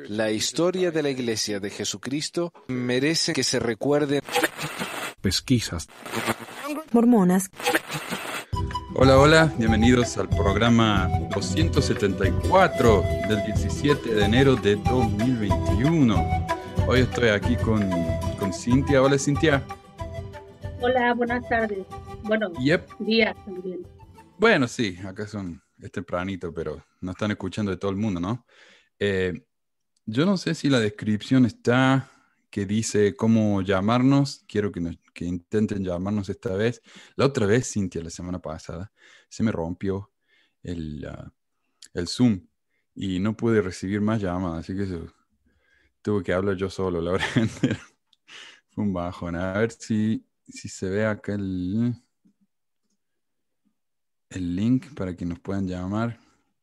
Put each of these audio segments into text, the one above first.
La historia de la Iglesia de Jesucristo merece que se recuerde. Pesquisas. Mormonas. Hola, hola, bienvenidos al programa 274 del 17 de enero de 2021. Hoy estoy aquí con Cintia. Hola, Cintia. Hola, buenas tardes. Bueno, días también. Bueno, sí, acá es tempranito, pero nos están escuchando de todo el mundo, ¿no? Yo no sé si la descripción está que dice cómo llamarnos. Quiero que intenten llamarnos esta vez. La otra vez, Cintia, la semana pasada, se me rompió el Zoom y no pude recibir más llamadas, así que tuve que hablar yo solo, la verdad. Fue un bajón. A ver si se ve acá el link para que nos puedan llamar.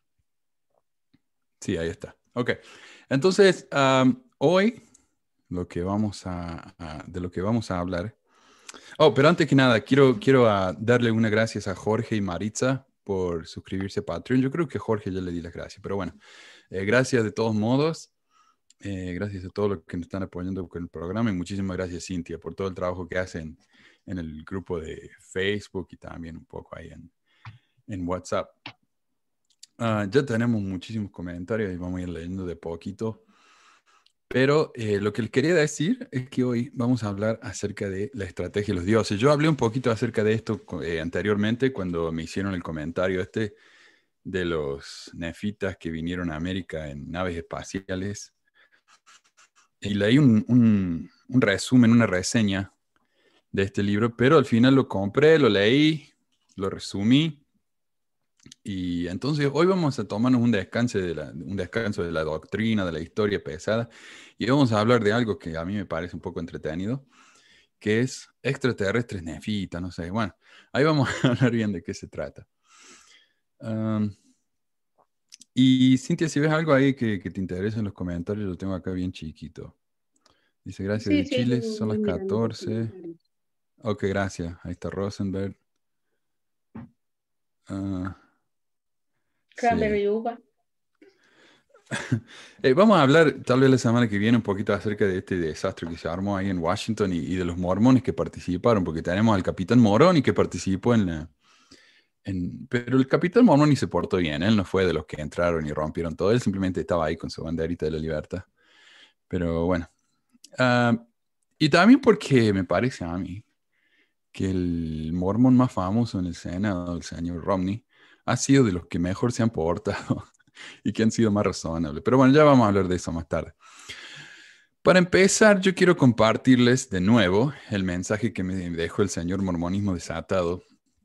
Sí, ahí está. Ok. Entonces, hoy de lo que vamos a hablar. Oh, pero antes que nada, quiero darle unas gracias a Jorge y Maritza por suscribirse a Patreon. Yo creo que a Jorge ya le di las gracias, pero bueno, gracias de todos modos. Gracias a todos los que nos están apoyando con el programa y muchísimas gracias, Cintia, por todo el trabajo que hacen en el grupo de Facebook y también un poco ahí en WhatsApp. Ya tenemos muchísimos comentarios y vamos a ir leyendo de poquito. Pero lo que les quería decir es que hoy vamos a hablar acerca de la estrategia de los dioses. Yo hablé un poquito acerca de esto anteriormente cuando me hicieron el comentario de los nefitas que vinieron a América en naves espaciales. Y leí un resumen, una reseña de este libro, pero al final lo compré, lo leí, lo resumí. Y entonces hoy vamos a tomarnos un descanso de la doctrina, de la historia pesada, y vamos a hablar de algo que a mí me parece un poco entretenido, que es extraterrestres nefitas, no sé. Bueno, ahí vamos a hablar bien de qué se trata. Y Cintia, si ves algo ahí que te interesa en los comentarios, lo tengo acá bien chiquito. Dice, gracias Sí, de Chile, yo son voy las mirando los 14. comentarios. Ok, gracias. Ahí está Rosenberg. Sí. Cranberry uva. Vamos a hablar tal vez la semana que viene un poquito acerca de este desastre que se armó ahí en Washington y de los mormones que participaron, porque tenemos al capitán Moroni que participó pero el capitán Moroni se portó bien, él no fue de los que entraron y rompieron todo, él simplemente estaba ahí con su banderita de la libertad. Pero bueno, ah, y también porque me parece a mí que el mormón más famoso en el Senado, el señor Romney, ha sido de los que mejor se han portado y que han sido más razonables. Pero bueno, ya vamos a hablar de eso más tarde. Para empezar, yo quiero compartirles de nuevo el mensaje que me dejó el señor Mormonismo Desatado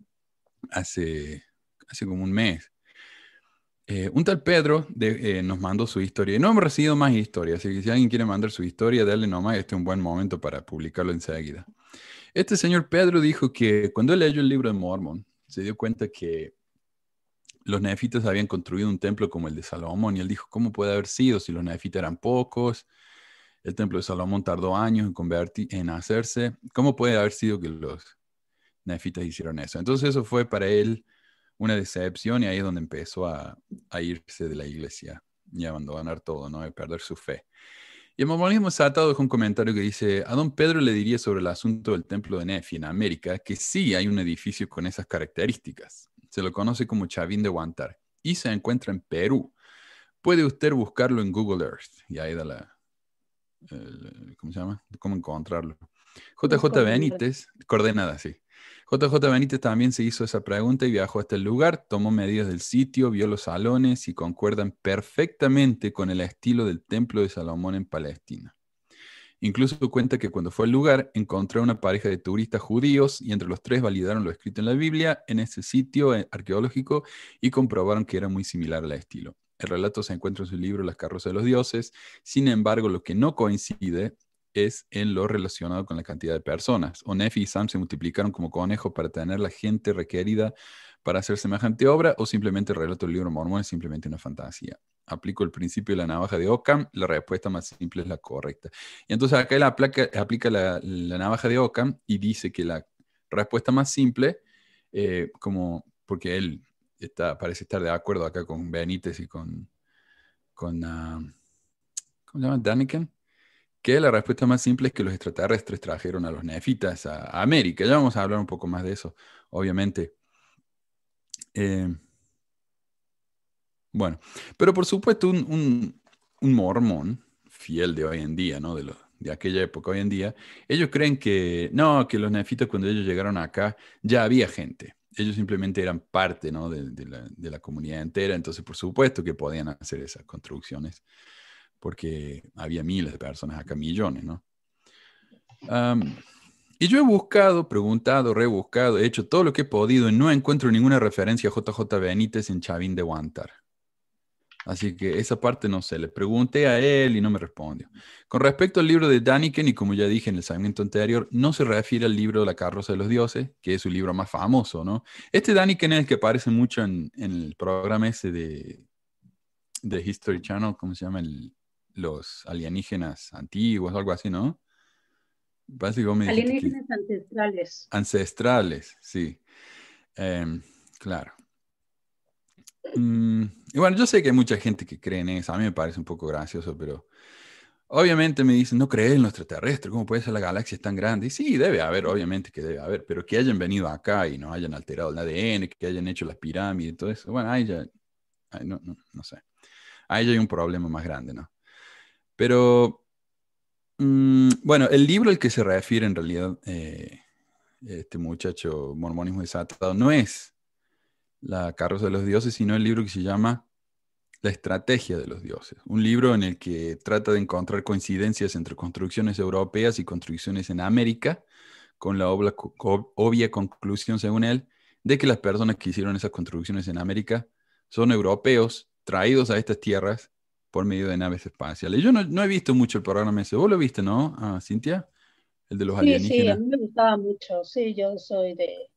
hace como un mes. Un tal Pedro nos mandó su historia y no hemos recibido más historias, así que si alguien quiere mandar su historia, dale nomás, este es un buen momento para publicarlo enseguida. Este señor Pedro dijo que cuando él leyó el libro de Mormon, se dio cuenta que los nefitas habían construido un templo como el de Salomón y él dijo, ¿cómo puede haber sido si los nefitas eran pocos? El templo de Salomón tardó años en hacerse. ¿Cómo puede haber sido que los nefitas hicieron eso? Entonces eso fue para él una decepción y ahí es donde empezó a irse de la iglesia y a abandonar todo, ¿no? Y perder su fe. Y el mormonismo satado dejó un comentario que dice, a don Pedro le diría sobre el asunto del templo de Nefi en América que sí hay un edificio con esas características. Se lo conoce como Chavín de Huántar y se encuentra en Perú. Puede usted buscarlo en Google Earth y ahí da ¿cómo se llama? ¿Cómo encontrarlo? Las JJ coordenadas. Benítez, coordenadas, sí. JJ Benítez también se hizo esa pregunta y viajó hasta el lugar, tomó medidas del sitio, vio los salones y concuerdan perfectamente con el estilo del templo de Salomón en Palestina. Incluso cuenta que cuando fue al lugar encontró una pareja de turistas judíos y entre los tres validaron lo escrito en la Biblia en ese sitio arqueológico y comprobaron que era muy similar al estilo. El relato se encuentra en su libro Las carrozas de los dioses. Sin embargo, lo que no coincide es en lo relacionado con la cantidad de personas. Nefi y Sam se multiplicaron como conejos para tener la gente requerida para hacer semejante obra o simplemente el relato del libro Mormón es simplemente una fantasía. Aplico el principio de la navaja de Occam, la respuesta más simple es la correcta. Y entonces acá él aplica la navaja de Occam y dice que la respuesta más simple, porque él parece estar de acuerdo acá con Benítez y con ¿cómo se llama? Daniken, que la respuesta más simple es que los extraterrestres trajeron a los nefitas a América. Ya vamos a hablar un poco más de eso, obviamente. Bueno, pero por supuesto un mormón fiel de hoy en día, ¿no? De aquella época hoy en día, ellos creen que no, que los nefitas cuando ellos llegaron acá ya había gente. Ellos simplemente eran parte, ¿no? de la comunidad entera, entonces por supuesto que podían hacer esas construcciones, porque había miles de personas acá, millones, ¿no? Y yo he buscado, preguntado, rebuscado, he hecho todo lo que he podido y no encuentro ninguna referencia a JJ Benítez en Chavín de Huántar. Así que esa parte no sé, le pregunté a él y no me respondió. Con respecto al libro de Daniken, y como ya dije en el segmento anterior, no se refiere al libro La carroza de los dioses, que es su libro más famoso, ¿no? Este Daniken es el que aparece mucho en el programa ese de History Channel, ¿cómo se llama? Los alienígenas antiguos, algo así, ¿no? Parece que vos me dijiste que... Alienígenas ancestrales. Ancestrales, sí. Claro. Y bueno, yo sé que hay mucha gente que cree en eso. A mí me parece un poco gracioso, pero obviamente me dicen, no crees en los extraterrestres, ¿cómo puede ser la galaxia es tan grande? Y sí, debe haber, obviamente que debe haber, pero que hayan venido acá y nos hayan alterado el ADN, que hayan hecho las pirámides y todo eso, bueno, ahí ya, no sé. Ahí ya hay un problema más grande, ¿no? Pero, bueno, el libro al que se refiere en realidad este muchacho Mormonismo Desatado no es La carroza de los dioses, sino el libro que se llama La estrategia de los dioses. Un libro en el que trata de encontrar coincidencias entre construcciones europeas y construcciones en América, con la obvia conclusión, según él, de que las personas que hicieron esas construcciones en América son europeos traídos a estas tierras por medio de naves espaciales. Yo no he visto mucho el programa ese. ¿Vos lo viste, no, Cintia? El de los Sí, a alienígenas. mí me gustaba mucho. Sí, yo soy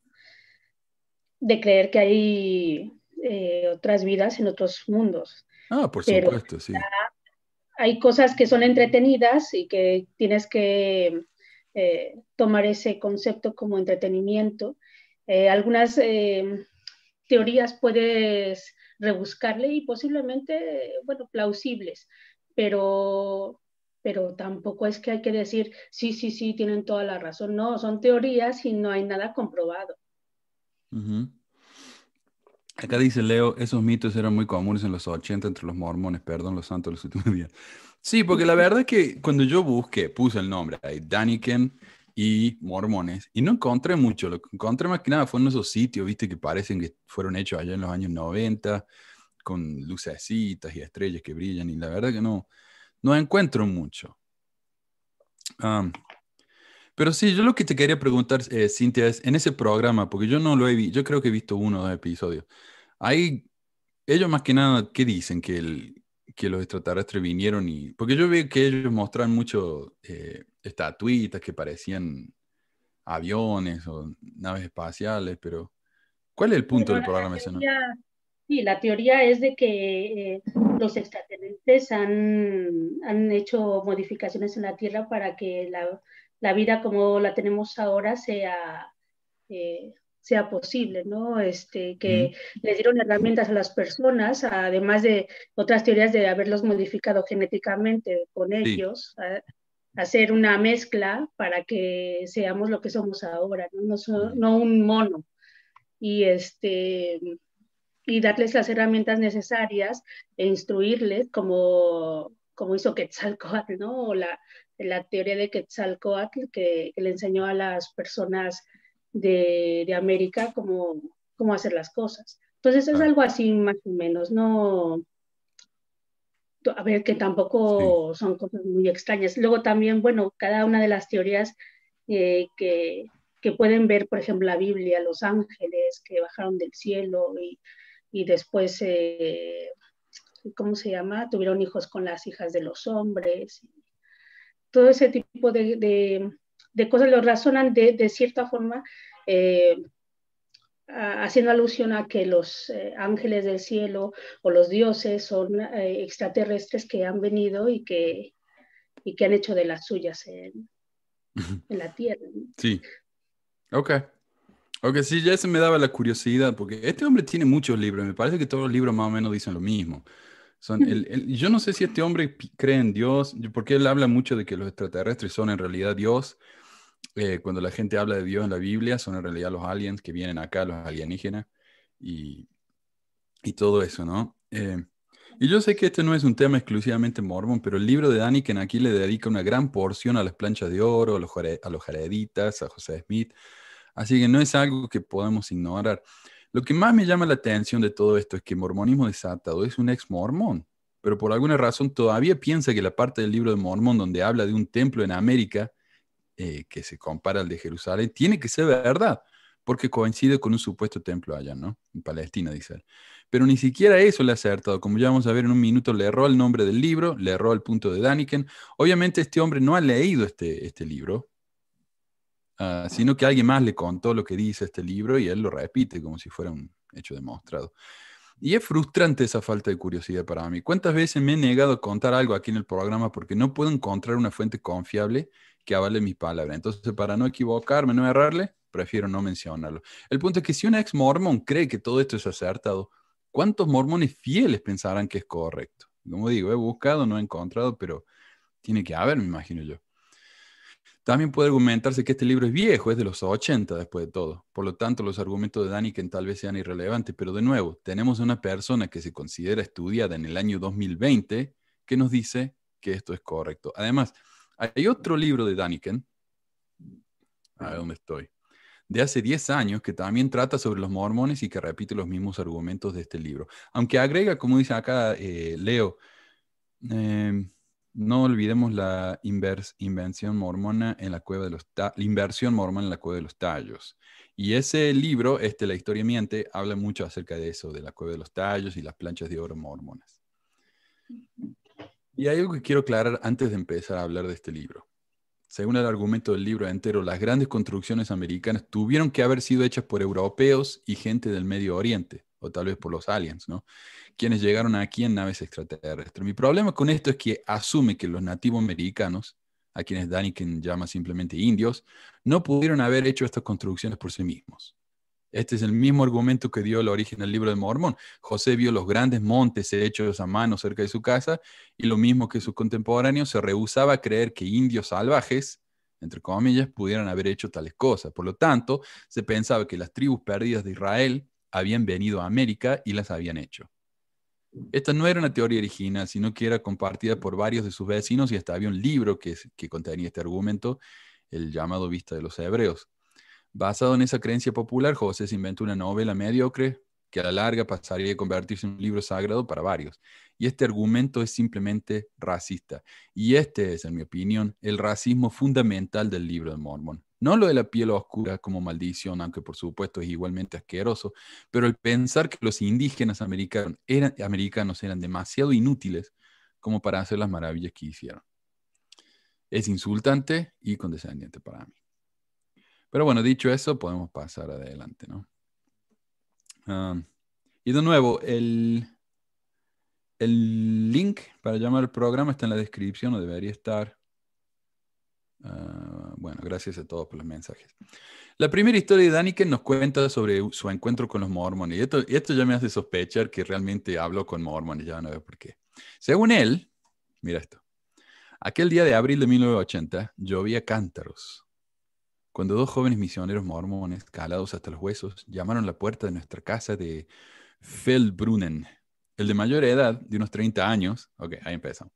de creer que hay otras vidas en otros mundos, Ah, por pero supuesto, sí. hay cosas que son entretenidas y que tienes que tomar ese concepto como entretenimiento. Algunas teorías puedes rebuscarle y posiblemente, bueno, plausibles, pero, pero tampoco es que hay que decir, sí, sí, sí, tienen toda la razón. No, son teorías y no hay nada comprobado. Ujú. Acá dice Leo, esos mitos eran muy comunes en los 80 entre los mormones, perdón, los santos de los últimos días. Sí, porque la verdad es que cuando yo busqué, puse el nombre ahí, Daniken y mormones, y no encontré mucho. Lo que encontré más que nada fue en esos sitios, viste, que parecen que fueron hechos allá en los años 90, con lucecitas y estrellas que brillan, y la verdad que no encuentro mucho. Am, pero sí, yo lo que te quería preguntar, Cintia, es en ese programa, porque yo no lo he visto, yo creo que he visto uno o dos episodios. Hay ellos más que nada, ¿qué dicen? Que los extraterrestres vinieron y... Porque yo vi que ellos mostraban mucho estatuitas que parecían aviones o naves espaciales, pero ¿cuál es el punto Bueno, del programa ese, no? sí, la teoría es de que los extraterrestres han hecho modificaciones en la Tierra para que la vida como la tenemos ahora sea posible, ¿no? Ujú. Que les dieron herramientas a las personas, además de otras teorías de haberlos modificado genéticamente con Sí, ellos, hacer una mezcla para que seamos lo que somos ahora, ¿no? mm, No un mono. Y y darles las herramientas necesarias e instruirles como hizo Quetzalcóatl, ¿no? O la teoría de Quetzalcóatl que le enseñó a las personas de América cómo hacer las cosas. Entonces es claro, algo así más o menos, ¿no? A ver, que sí. tampoco son cosas muy extrañas. Luego también, bueno, cada una de las teorías eh, que, que pueden ver, por ejemplo, la Biblia, los ángeles que bajaron del cielo y después, ¿cómo se llama? Tuvieron hijos con las hijas de los hombres. Todo ese tipo de cosas lo razonan de cierta forma, eh, haciendo alusión a que los ángeles del cielo o los dioses son extraterrestres que han venido y que han hecho de las suyas en la tierra, ¿no? Sí, ok. Ok, sí, ya se me daba la curiosidad, porque este hombre tiene muchos libros, me parece que todos los libros más o menos dicen lo mismo. Yo no sé si este hombre cree en Dios, porque él habla mucho de que los extraterrestres son en realidad Dios. Cuando la gente habla de Dios en la Biblia, son en realidad los aliens que vienen acá, los alienígenas, y, y todo eso, ¿no? Y yo sé que este no es un tema exclusivamente mormón, pero el libro de Daniken aquí le dedica una gran porción a las planchas de oro, a los jareditas, a José Smith, así que no es algo que podemos ignorar. Lo que más me llama la atención de todo esto es que Mormonismo Desatado es un ex mormón, pero por alguna razón todavía piensa que la parte del libro de Mormón donde habla de un templo en América que se compara al de Jerusalén, tiene que ser verdad, porque coincide con un supuesto templo allá, ¿no? En Palestina, dice él. Pero ni siquiera eso le ha acertado. Como ya vamos a ver en un minuto, le erró el nombre del libro, le erró el punto de Daniken. Obviamente este hombre no ha leído este libro, sino que alguien más le contó lo que dice este libro y él lo repite como si fuera un hecho demostrado. Y es frustrante esa falta de curiosidad para mí. ¿Cuántas veces me he negado a contar algo aquí en el programa porque no puedo encontrar una fuente confiable que avale mis palabras? Entonces, para no equivocarme, no errarle, prefiero no mencionarlo. El punto es que si un ex mormón cree que todo esto es acertado, ¿cuántos mormones fieles pensarán que es correcto? Como digo, he buscado, no he encontrado, pero tiene que haber, me imagino yo. También puede argumentarse que este libro es viejo, es de los 80 después de todo. Por lo tanto, los argumentos de Daniken tal vez sean irrelevantes, pero de nuevo, tenemos una persona que se considera estudiada en el año 2020 que nos dice que esto es correcto. Además, hay otro libro de Daniken, a ver dónde estoy, de hace 10 años que también trata sobre los mormones y que repite los mismos argumentos de este libro. Aunque agrega, como dice acá Leo, eh, no olvidemos la invención mormona en la cueva de la inversión mormona en la cueva de los tallos. Y ese libro, La historia miente, habla mucho acerca de eso, de la cueva de los tallos y las planchas de oro mormonas. Y hay algo que quiero aclarar antes de empezar a hablar de este libro. Según el argumento del libro entero, las grandes construcciones americanas tuvieron que haber sido hechas por europeos y gente del Medio Oriente, o tal vez por los aliens, ¿no? Quienes llegaron aquí en naves extraterrestres. Mi problema con esto es que asume que los nativos americanos, a quienes Daniken llama simplemente indios, no pudieron haber hecho estas construcciones por sí mismos. Este es el mismo argumento que dio el origen al libro de Mormón. José vio los grandes montes hechos a mano cerca de su casa y lo mismo que sus contemporáneos se rehusaba a creer que indios salvajes, entre comillas, pudieran haber hecho tales cosas. Por lo tanto, se pensaba que las tribus perdidas de Israel habían venido a América y las habían hecho. Esta no era una teoría original, sino que era compartida por varios de sus vecinos y hasta había un libro que contenía este argumento, el llamado Vista de los Hebreos. Basado en esa creencia popular, José se inventó una novela mediocre que a la larga pasaría a convertirse en un libro sagrado para varios. Y este argumento es simplemente racista. Y este es, en mi opinión, el racismo fundamental del libro de Mormón. No lo de la piel oscura como maldición, aunque por supuesto es igualmente asqueroso, pero el pensar que los indígenas americanos eran demasiado inútiles como para hacer las maravillas que hicieron. Es insultante y condescendiente para mí. Pero bueno, dicho eso, podemos pasar adelante, ¿no? Y de nuevo, el link para llamar al programa está en la descripción, o debería estar. Bueno, gracias a todos por los mensajes. La primera historia de Daniken nos cuenta sobre su encuentro con los mormones. Y esto ya me hace sospechar que realmente habló con mormones, ya van a ver por qué. Según él, mira esto. Aquel día de abril de 1980 llovía cántaros. Cuando dos jóvenes misioneros mormones, calados hasta los huesos, llamaron a la puerta de nuestra casa de Feldbrunnen. El de mayor edad, de unos 30 años. Ok, ahí empezamos.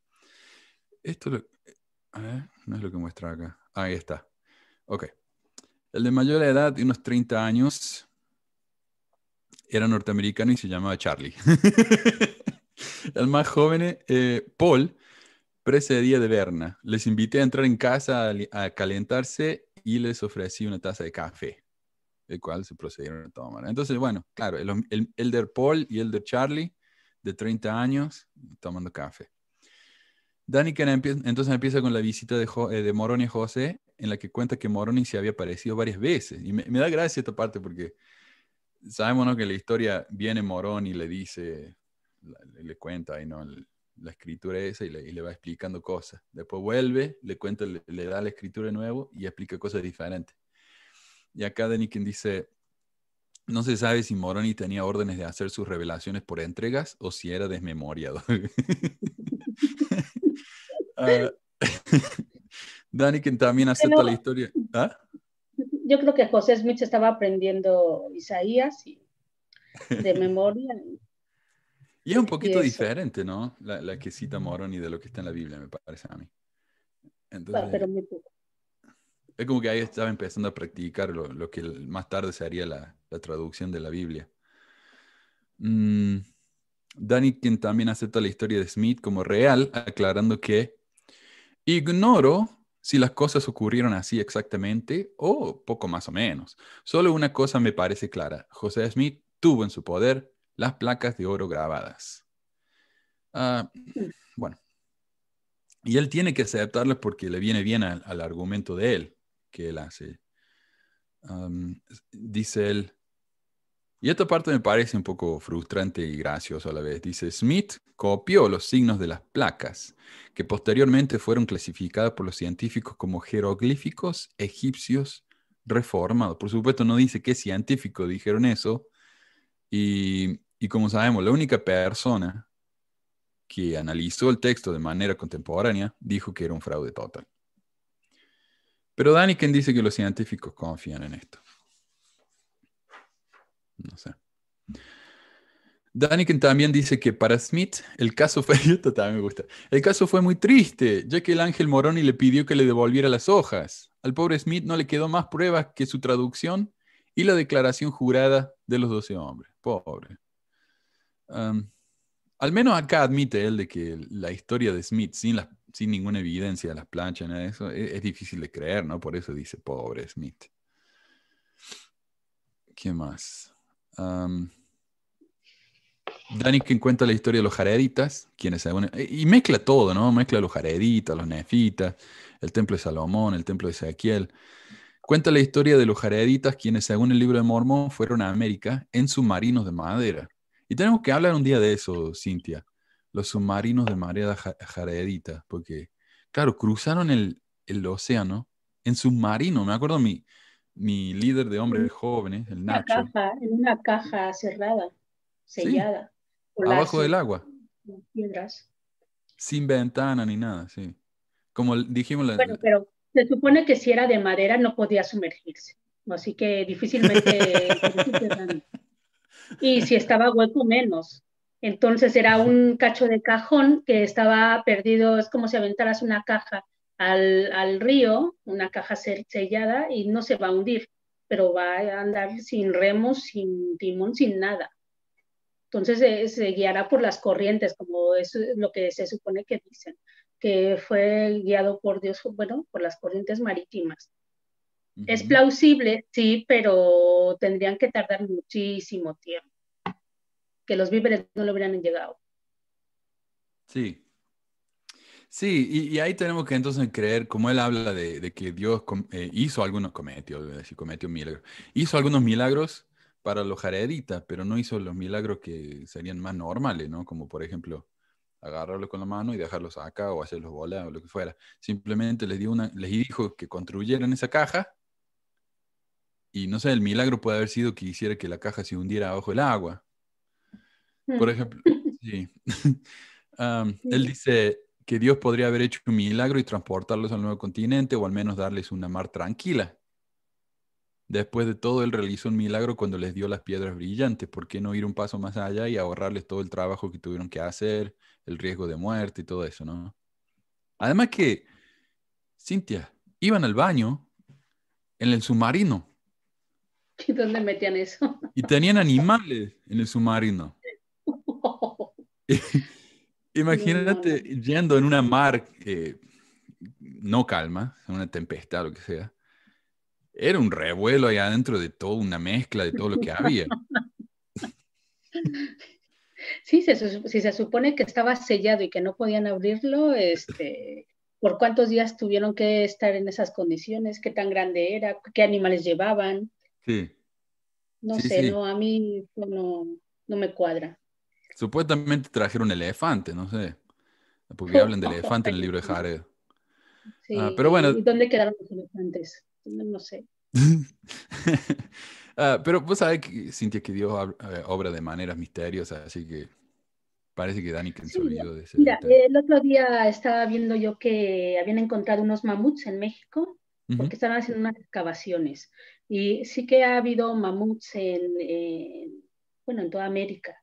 A ver, no es lo que muestra acá. Ahí está. Ok. El de mayor edad, de unos 30 años, era norteamericano y se llamaba Charlie. El más joven, Paul, precedía de Berna. Les invité a entrar en casa a calentarse y les ofrecí una taza de café, el cual se procedieron a tomar. Entonces, bueno, claro, el Elder Paul y Elder Charlie, de 30 años, tomando café. Daniken entonces empieza con la visita de Moroni a José, en la que cuenta que Moroni se había aparecido varias veces. Y me da gracia esta parte porque sabemos, ¿no?, que la historia viene Moroni y le dice, le cuenta ahí, ¿no?, la escritura esa y le va explicando cosas. Después vuelve, le cuenta, le da la escritura de nuevo y explica cosas diferentes. Y acá Daniken dice, No se sabe si Moroni tenía órdenes de hacer sus revelaciones por entregas o si era desmemoriado. Ah, Daniken también acepta la Bueno, historia. ¿Ah? yo creo que José Smith estaba aprendiendo Isaías y de memoria Y es un y poquito eso, diferente, ¿no? La que cita Moroni de lo que está en la Biblia, me parece a mí. pero Entonces, muy poco. es como que ahí estaba empezando a practicar lo que más tarde sería la traducción de la Biblia. Mm, Daniken también acepta la historia de Smith como real, aclarando que ignoro si las cosas ocurrieron así exactamente o poco más o menos. Solo una cosa me parece clara. José Smith tuvo en su poder las placas de oro grabadas. Ah, bueno, y él tiene que aceptarlas porque le viene bien al argumento de él, que él hace. Dice él, y esta parte me parece un poco frustrante y gracioso a la vez. Dice, Smith copió los signos de las placas, que posteriormente fueron clasificadas por los científicos como jeroglíficos egipcios reformados. Por supuesto, no dice qué científicos dijeron eso. Y como sabemos, la única persona que analizó el texto de manera contemporánea dijo que era un fraude total. Pero Daniken dice que los científicos confían en esto. No sé. Daniken también dice que para Smith el caso fue, esto también me gusta, el caso fue muy triste, ya que el ángel Moroni le pidió que le devolviera las hojas. Al pobre Smith no le quedó más pruebas que su traducción y la declaración jurada de los 12 hombres. Pobre. Um, Al menos acá admite él de que la historia de Smith, sin ninguna evidencia de las planchas, nada de eso, es difícil de creer, ¿no? Por eso dice, pobre Smith. ¿Qué más? Daniken cuenta la historia de los jareditas, quienes según... Y mezcla todo, ¿no? Mezcla los jareditas, los nefitas, el templo de Salomón, el templo de Ezequiel. Cuenta la historia de los jareditas, quienes según el libro de Mormón fueron a América en submarinos de madera. Y tenemos que hablar un día de eso, Cintia. Los submarinos de madera jareditas, porque, claro, cruzaron el océano en submarino. Me acuerdo mi líder de hombres jóvenes, el Nacho, En una caja cerrada, sí, sellada, con abajo del agua. las piedras. Sin ventana ni nada, sí. Como dijimos, Bueno, pero se supone que si era de madera no podía sumergirse, así que difícilmente. Y si estaba hueco, menos. Entonces era un cacho de cajón que estaba perdido, es como si aventaras una caja al río, una caja sellada y no se va a hundir, pero va a andar sin remos, sin timón, sin nada. Entonces se guiará por las corrientes, como es lo que se supone que dicen, que fue guiado por Dios, bueno, por las corrientes marítimas. Es Ujú. plausible, sí, pero tendrían que tardar muchísimo tiempo, que los víveres no le hubieran llegado. Sí, sí, y ahí tenemos que entonces creer, como él habla de que Dios hizo algunos, cometió milagros, hizo algunos milagros para los jareditas, pero no hizo los milagros que serían más normales, ¿no? Como por ejemplo, agarrarlos con la mano y dejarlos acá o hacerlos volar o lo que fuera. Simplemente les dijo que construyeran esa caja y no sé, el milagro puede haber sido que hiciera que la caja se hundiera bajo el agua. Por ejemplo, sí. Él dice que Dios podría haber hecho un milagro y transportarlos al nuevo continente o al menos darles una mar tranquila. Después de todo, él realizó un milagro cuando les dio las piedras brillantes. ¿Por qué no ir un paso más allá y ahorrarles todo el trabajo que tuvieron que hacer, el riesgo de muerte y todo eso, ¿no? Además que, Cintia, iban al baño en el submarino ¿Y dónde metían eso? y tenían animales en el submarino. No, no, Imagínate no. yendo en una mar no calma, en una tempestad, lo que sea. Era un revuelo ahí adentro de todo, una mezcla de todo lo que había. Sí, si se supone que estaba sellado y que no podían abrirlo, ¿por cuántos días tuvieron que estar en esas condiciones? ¿Qué tan grande era? ¿Qué animales llevaban? Sí, No sí, sé, sí. no, a mí no me cuadra. Supuestamente trajeron elefante, no sé, porque hablan de elefante en el libro de Jared. Sí, Pero bueno, ¿y dónde quedaron los elefantes? No, no sé. Pero vos sabés, Cintia, que Dios obra de maneras misteriosas, así que parece que Daniken se Sí, olvidó de ese mira, detalle. el otro día estaba viendo yo que habían encontrado unos mamuts en México Ujú, porque estaban haciendo unas excavaciones. Y sí que ha habido mamuts bueno, en toda América.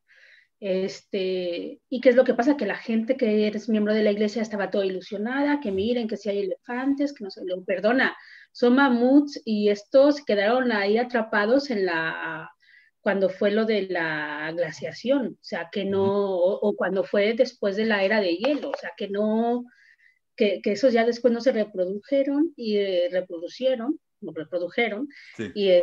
¿Y qué es lo que pasa? Que la gente que eres miembro de la iglesia estaba toda ilusionada, que miren, que si hay elefantes, que no sé, perdona, son mamuts y estos quedaron ahí atrapados cuando fue lo de la glaciación, o sea, que no, ujú. o cuando fue después de la era de hielo, o sea, que no, que esos ya después no se reprodujeron y reproducieron, no reprodujeron, Sí. y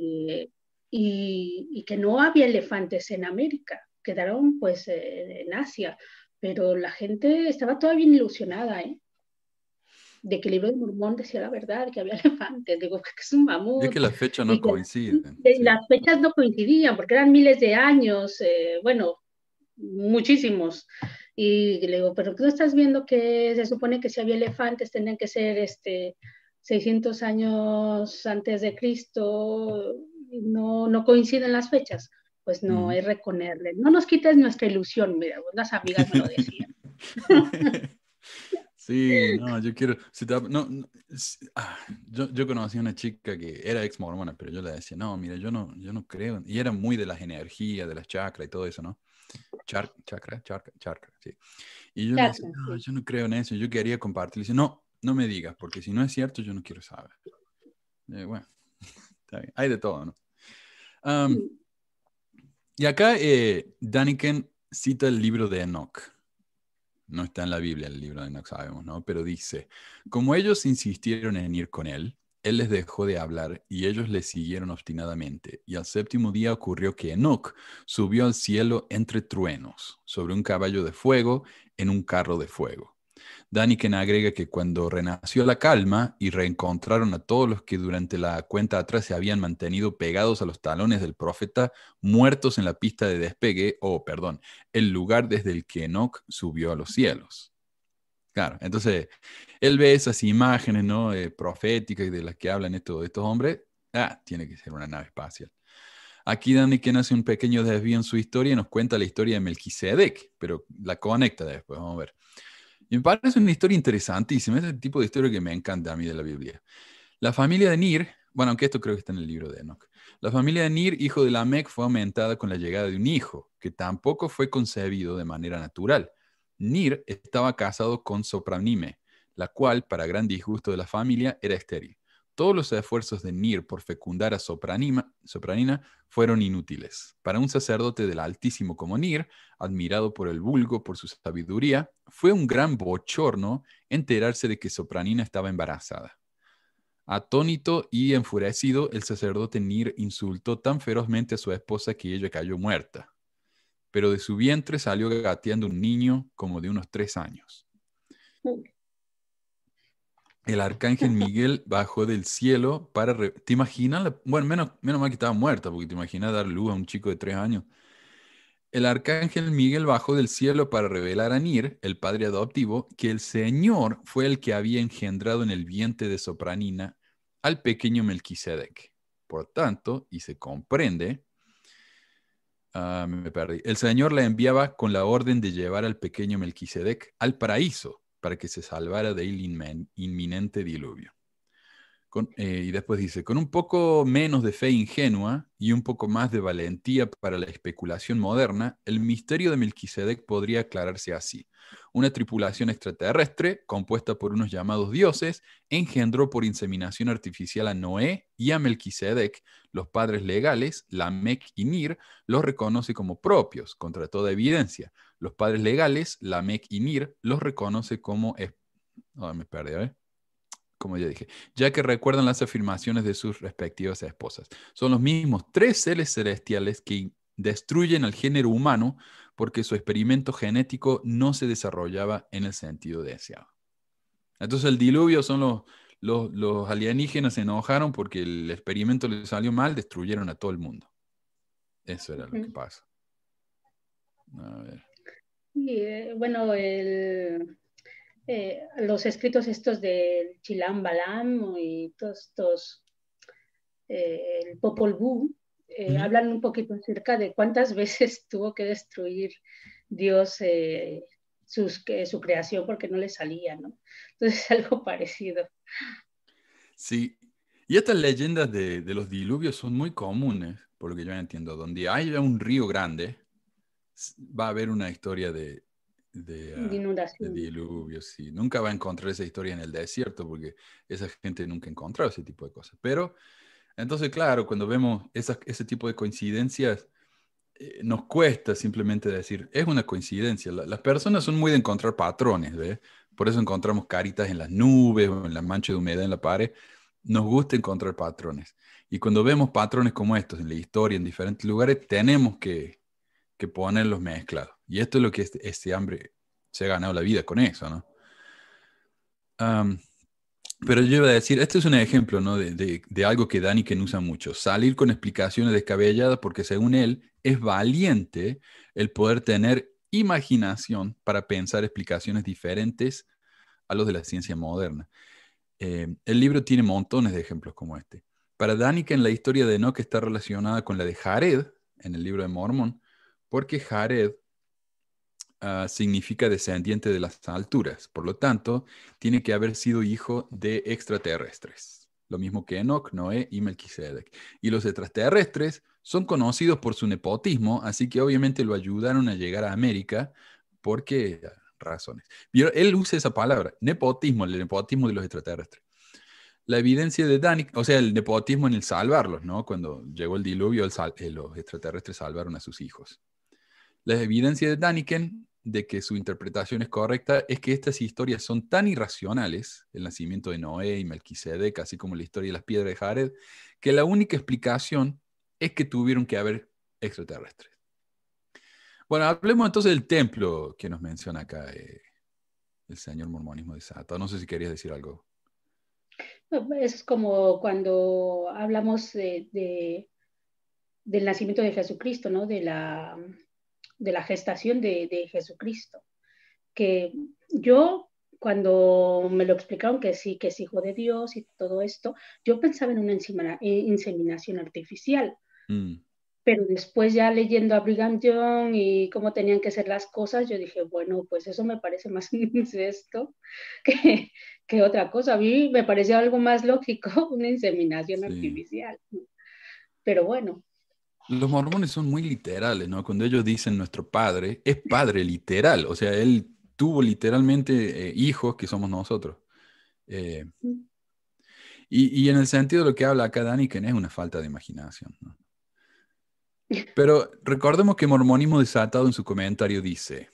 y que no había elefantes en América, quedaron pues en Asia, pero la gente estaba toda bien ilusionada, ¿eh? De que el libro de Mormón decía la verdad, que había elefantes, digo que es un Es que mamut, las fechas no y que coinciden, sí. las fechas no coincidían, porque eran miles de años, bueno, muchísimos. Y le digo, pero tú estás viendo que se supone que si había elefantes tenían que ser 600 años antes de Cristo, no coinciden las fechas. Pues no, Ujú. es reconerle. No nos quites nuestra ilusión, mira, unas amigas me lo decían. Sí, no, yo quiero. No, no, yo conocí a una chica que era ex mormona, pero yo le decía, no, mira, yo no creo. Y era muy de las energías, de las chakras y todo eso, ¿no? Chakra, sí. Y yo le decía, Chakra, no, sí. yo no creo en eso. Yo quería compartir. Le dice, no, no me digas, porque si no es cierto, yo no quiero saber. Bueno, está bien. Hay de todo, ¿no? Am, y acá Daniken cita el libro de Enoch. No está en la Biblia el libro de Enoch, sabemos, ¿no? Pero dice, como ellos insistieron en ir con él, él les dejó de hablar y ellos le siguieron obstinadamente. Y al séptimo día ocurrió que Enoch subió al cielo entre truenos, sobre un caballo de fuego, en un carro de fuego. Daniken agrega que cuando renació la calma y reencontraron a todos los que durante la cuenta atrás se habían mantenido pegados a los talones del profeta, muertos en la pista de despegue, o perdón, el lugar desde el que Enoch subió a los cielos. Claro, entonces él ve esas imágenes, ¿no? Proféticas de las que hablan estos hombres. Ah, tiene que ser una nave espacial. Aquí Daniken hace un pequeño desvío en su historia y nos cuenta la historia de Melquisedec, pero la conecta después, vamos a ver. Y me parece una historia interesantísima, es el tipo de historia que me encanta a mí de la Biblia. La familia de Nir, bueno, aunque esto creo que está en el libro de Enoch, la familia de Nir, hijo de Lamec, fue aumentada con la llegada de un hijo, que tampoco fue concebido de manera natural. Nir estaba casado con Sopranime, la cual, para gran disgusto de la familia, era estéril. Todos los esfuerzos de Nir por fecundar a Sopranina fueron inútiles. Para un sacerdote del Altísimo como Nir, admirado por el vulgo por su sabiduría, fue un gran bochorno enterarse de que Sopranina estaba embarazada. Atónito y enfurecido, el sacerdote Nir insultó tan ferozmente a su esposa que ella cayó muerta. Pero de su vientre salió gateando un niño como de unos 3 años. El arcángel Miguel bajó del cielo para... ¿Te imaginas? Bueno, menos mal que estaba muerta, porque te imaginas dar luz a un chico de 3 años. El arcángel Miguel bajó del cielo para revelar a Nir, el padre adoptivo, que el Señor fue el que había engendrado en el vientre de Sopranina al pequeño Melquisedec. Por tanto, y se comprende, me perdí, el Señor la enviaba con la orden de llevar al pequeño Melquisedec al paraíso para que se salvara del inminente diluvio. Y después dice, con un poco menos de fe ingenua y un poco más de valentía para la especulación moderna, el misterio de Melquisedec podría aclararse así. Una tripulación extraterrestre, compuesta por unos llamados dioses, engendró por inseminación artificial a Noé y a Melquisedec. Los padres legales, Lamec y Nir, los reconoce como propios, contra toda evidencia. Los padres legales, Lamec y Nir, los reconoce como... me perdí, a ver, como ya dije, ya que recuerdan las afirmaciones de sus respectivas esposas. Son los mismos 3 seres celestiales que destruyen al género humano porque su experimento genético no se desarrollaba en el sentido deseado. Entonces el diluvio son los alienígenas se enojaron porque el experimento les salió mal, destruyeron a todo el mundo. Eso era lo que pasa. A ver. Y bueno, los escritos estos del Chilam Balam y todos estos el Popol Vuh, hablan un poquito acerca de cuántas veces tuvo que destruir Dios su creación porque no le salía, ¿no? Entonces, algo parecido. Sí, y estas leyendas de los diluvios son muy comunes, por lo que yo entiendo. Donde haya un río grande, va a haber una historia De de inundación. diluvios. Sí. Nunca va a encontrar esa historia en el desierto, porque esa gente nunca ha encontrado ese tipo de cosas. Pero, entonces, claro, cuando vemos ese tipo de coincidencias, nos cuesta simplemente decir, es una coincidencia. Las personas son muy de encontrar patrones, ¿ves? Por eso encontramos caritas en las nubes o en la mancha de humedad en la pared. Nos gusta encontrar patrones. Y cuando vemos patrones como estos en la historia, en diferentes lugares, tenemos que ponerlos mezclados. Y esto es lo que este hombre se ha ganado la vida con eso, ¿no? Am, pero yo iba a decir, este es un ejemplo, ¿no? de algo que Daniken usa mucho, salir con explicaciones descabelladas porque según él es valiente el poder tener imaginación para pensar explicaciones diferentes a los de la ciencia moderna. El libro tiene montones de ejemplos como este. Para Daniken la historia de Enoch está relacionada con la de Jared en el libro de Mormón, porque Jared significa descendiente de las alturas. Por lo tanto, tiene que haber sido hijo de extraterrestres. Lo mismo que Enoch, Noé y Melquisedec. Y los extraterrestres son conocidos por su nepotismo, así que obviamente lo ayudaron a llegar a América porque razones. Pero él usa esa palabra, nepotismo, el nepotismo de los extraterrestres. La evidencia de Daniken, o sea, el nepotismo en el salvarlos, ¿no? Cuando llegó el diluvio, los extraterrestres salvaron a sus hijos. La evidencia de Daniken de que su interpretación es correcta es que estas historias son tan irracionales, el nacimiento de Noé y Melquisedec, así como la historia de las piedras de Jared, que la única explicación es que tuvieron que haber extraterrestres. Bueno, hablemos entonces del templo que nos menciona acá el señor mormonismo de Sata. No sé si querías decir algo. Es como cuando hablamos del nacimiento de Jesucristo, ¿no? De la gestación de Jesucristo. Que yo, cuando me lo explicaron que sí, que es hijo de Dios y todo esto, yo pensaba en una inseminación artificial. Mm. Pero después ya leyendo a Brigham Young y cómo tenían que ser las cosas, yo dije, bueno, pues eso me parece más un incesto que, que otra cosa. A mí me parecía algo más lógico una inseminación Sí. artificial. Pero bueno. Los mormones son muy literales, ¿no? Cuando ellos dicen nuestro padre, es padre literal. O sea, él tuvo literalmente hijos que somos nosotros. Eh, y en el sentido de lo que habla acá Daniken es una falta de imaginación, ¿no? Pero recordemos que Mormonismo Desatado en su comentario dice,